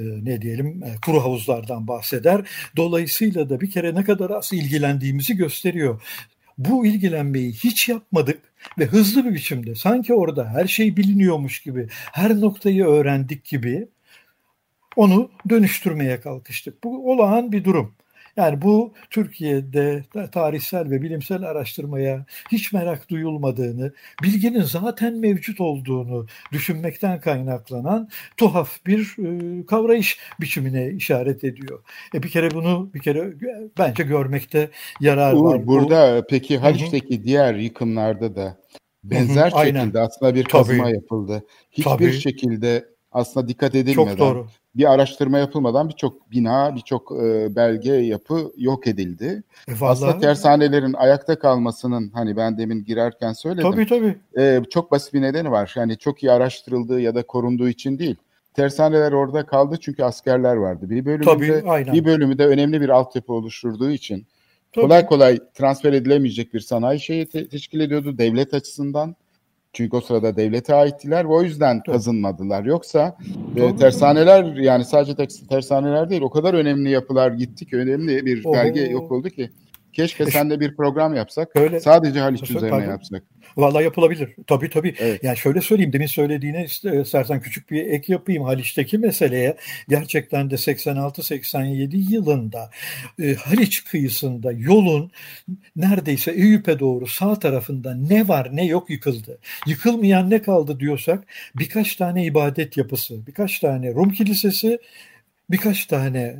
Speaker 6: kuru havuzlardan bahseder. Dolayısıyla da bir kere ne kadar az ilgilendiğimizi gösteriyor. Bu ilgilenmeyi hiç yapmadık ve hızlı bir biçimde sanki orada her şey biliniyormuş gibi, her noktayı öğrendik gibi onu dönüştürmeye kalkıştık. Bu olağan bir durum. Yani bu Türkiye'de tarihsel ve bilimsel araştırmaya hiç merak duyulmadığını, bilginin zaten mevcut olduğunu düşünmekten kaynaklanan tuhaf bir kavrayış biçimine işaret ediyor. Bir kere bunu bence görmekte yarar var.
Speaker 5: Burada peki Haliç'teki diğer yıkımlarda da benzer şekilde aslında bir kazıma yapıldı. Hiçbir şekilde aslında dikkat edilmeden, bir araştırma yapılmadan birçok bina, birçok belge, yapı yok edildi. Aslında tersanelerin ayakta kalmasının, hani ben demin girerken söyledim. Çok basit bir nedeni var. Yani çok iyi araştırıldığı ya da korunduğu için değil. Tersaneler orada kaldı çünkü askerler vardı. Bir bölümü de önemli bir altyapı oluşturduğu için kolay kolay transfer edilemeyecek bir sanayi şeyi teşkil ediyordu devlet açısından. Çünkü o sırada devlete aittiler ve o yüzden kazınmadılar. Yoksa tersaneler, yani sadece tersaneler değil, o kadar önemli yapılar gitti ki, önemli bir belge yok oldu ki. Keşke seninle bir program yapsak. Sadece Haliç üzerine yapsak.
Speaker 6: Vallahi yapılabilir. Tabii.
Speaker 5: Evet.
Speaker 6: Yani şöyle söyleyeyim, demin söylediğine istersen küçük bir ek yapayım. Haliç'teki meseleye gerçekten de 86-87 yılında Haliç kıyısında yolun neredeyse Eyüp'e doğru sağ tarafında ne var ne yok yıkıldı. Yıkılmayan ne kaldı diyorsak birkaç tane ibadet yapısı, birkaç tane Rum kilisesi, birkaç tane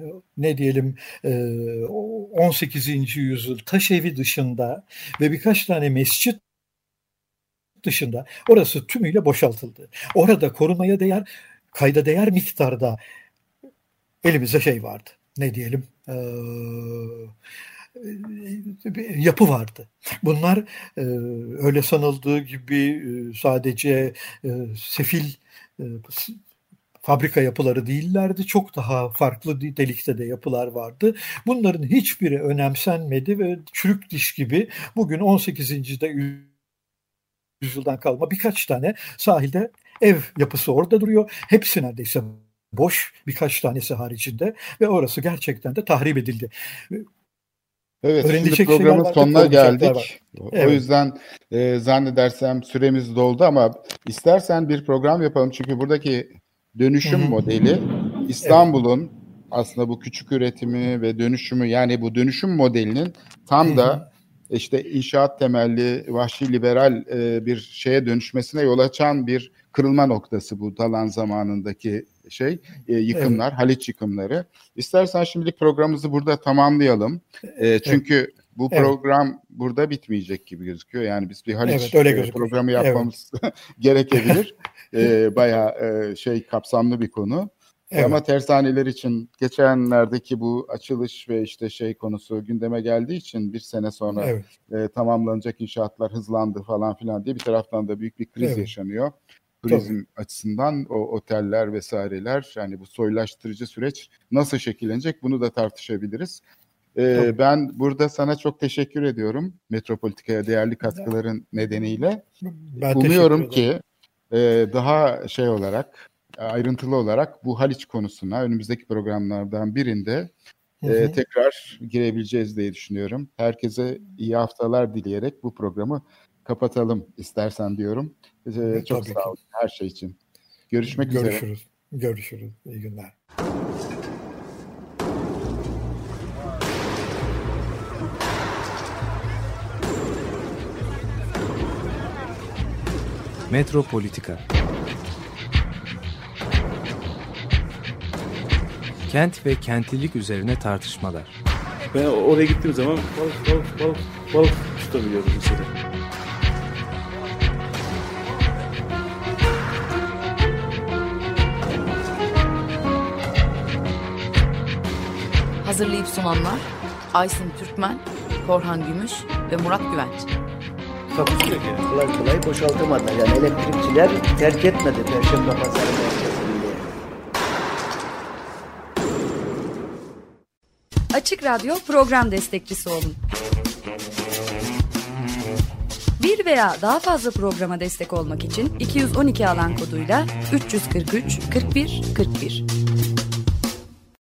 Speaker 6: 18. yüzyıl taş evi dışında ve birkaç tane mescit dışında orası tümüyle boşaltıldı. Orada korumaya değer kayda değer miktarda elimizde şey vardı. Ne diyelim? Yapı vardı. Bunlar öyle sanıldığı gibi sadece sefil fabrika yapıları değillerdi. Çok daha farklı nitelikte de yapılar vardı. Bunların hiçbiri önemsenmedi ve çürük diş gibi bugün 18. yüzyıldan kalma birkaç tane sahilde ev yapısı orada duruyor. Hepsi neredeyse boş, birkaç tanesi haricinde ve orası gerçekten de tahrip edildi.
Speaker 5: Evet, şimdi programın sonuna geldik.
Speaker 6: Evet.
Speaker 5: O yüzden zannedersem süremiz doldu ama istersen bir program yapalım. Çünkü buradaki dönüşüm modeli İstanbul'un aslında bu küçük üretimi ve dönüşümü, yani bu dönüşüm modelinin tam da işte inşaat temelli, vahşi liberal bir şeye dönüşmesine yol açan bir kırılma noktası bu Dalan zamanındaki yıkımlar, Haliç yıkımları. İstersen şimdilik programımızı burada tamamlayalım. Çünkü bu program burada bitmeyecek gibi gözüküyor. Yani biz bir Haliç programı yapmamız gerekebilir. Bayağı kapsamlı bir konu. Evet. Ama tersaneler için geçenlerdeki bu açılış ve işte konusu gündeme geldiği için bir sene sonra tamamlanacak inşaatlar hızlandı falan filan diye bir taraftan da büyük bir kriz yaşanıyor. Turizm açısından o oteller vesaireler, yani bu soylaştırıcı süreç nasıl şekillenecek bunu da tartışabiliriz. Ben burada sana çok teşekkür ediyorum Metropolitika'ya değerli katkıların nedeniyle. Umuyorum ki daha olarak, ayrıntılı olarak bu Haliç konusuna önümüzdeki programlardan birinde tekrar girebileceğiz diye düşünüyorum. Herkese iyi haftalar dileyerek bu programı kapatalım istersen diyorum. Çok sağ olun her şey için. Görüşmek üzere.
Speaker 6: Görüşürüz. İyi günler.
Speaker 1: Metropolitika. Kent ve kentlilik üzerine tartışmalar.
Speaker 2: Ben oraya gittiğim zaman balık tutabiliyorum mesela.
Speaker 3: Hazırlayıp sunanlar Aysin Türkmen, Korhan Gümüş ve Murat Güvenç.
Speaker 2: Takusuyor ki.
Speaker 4: Kolay kolay boşaltamadılar. Yani elektrikçiler terk etmedi Perşembe Pazarı merkezini.
Speaker 7: Açık Radyo program destekçisi olun. Bir veya daha fazla programa destek olmak için 212 alan koduyla 343 41 41.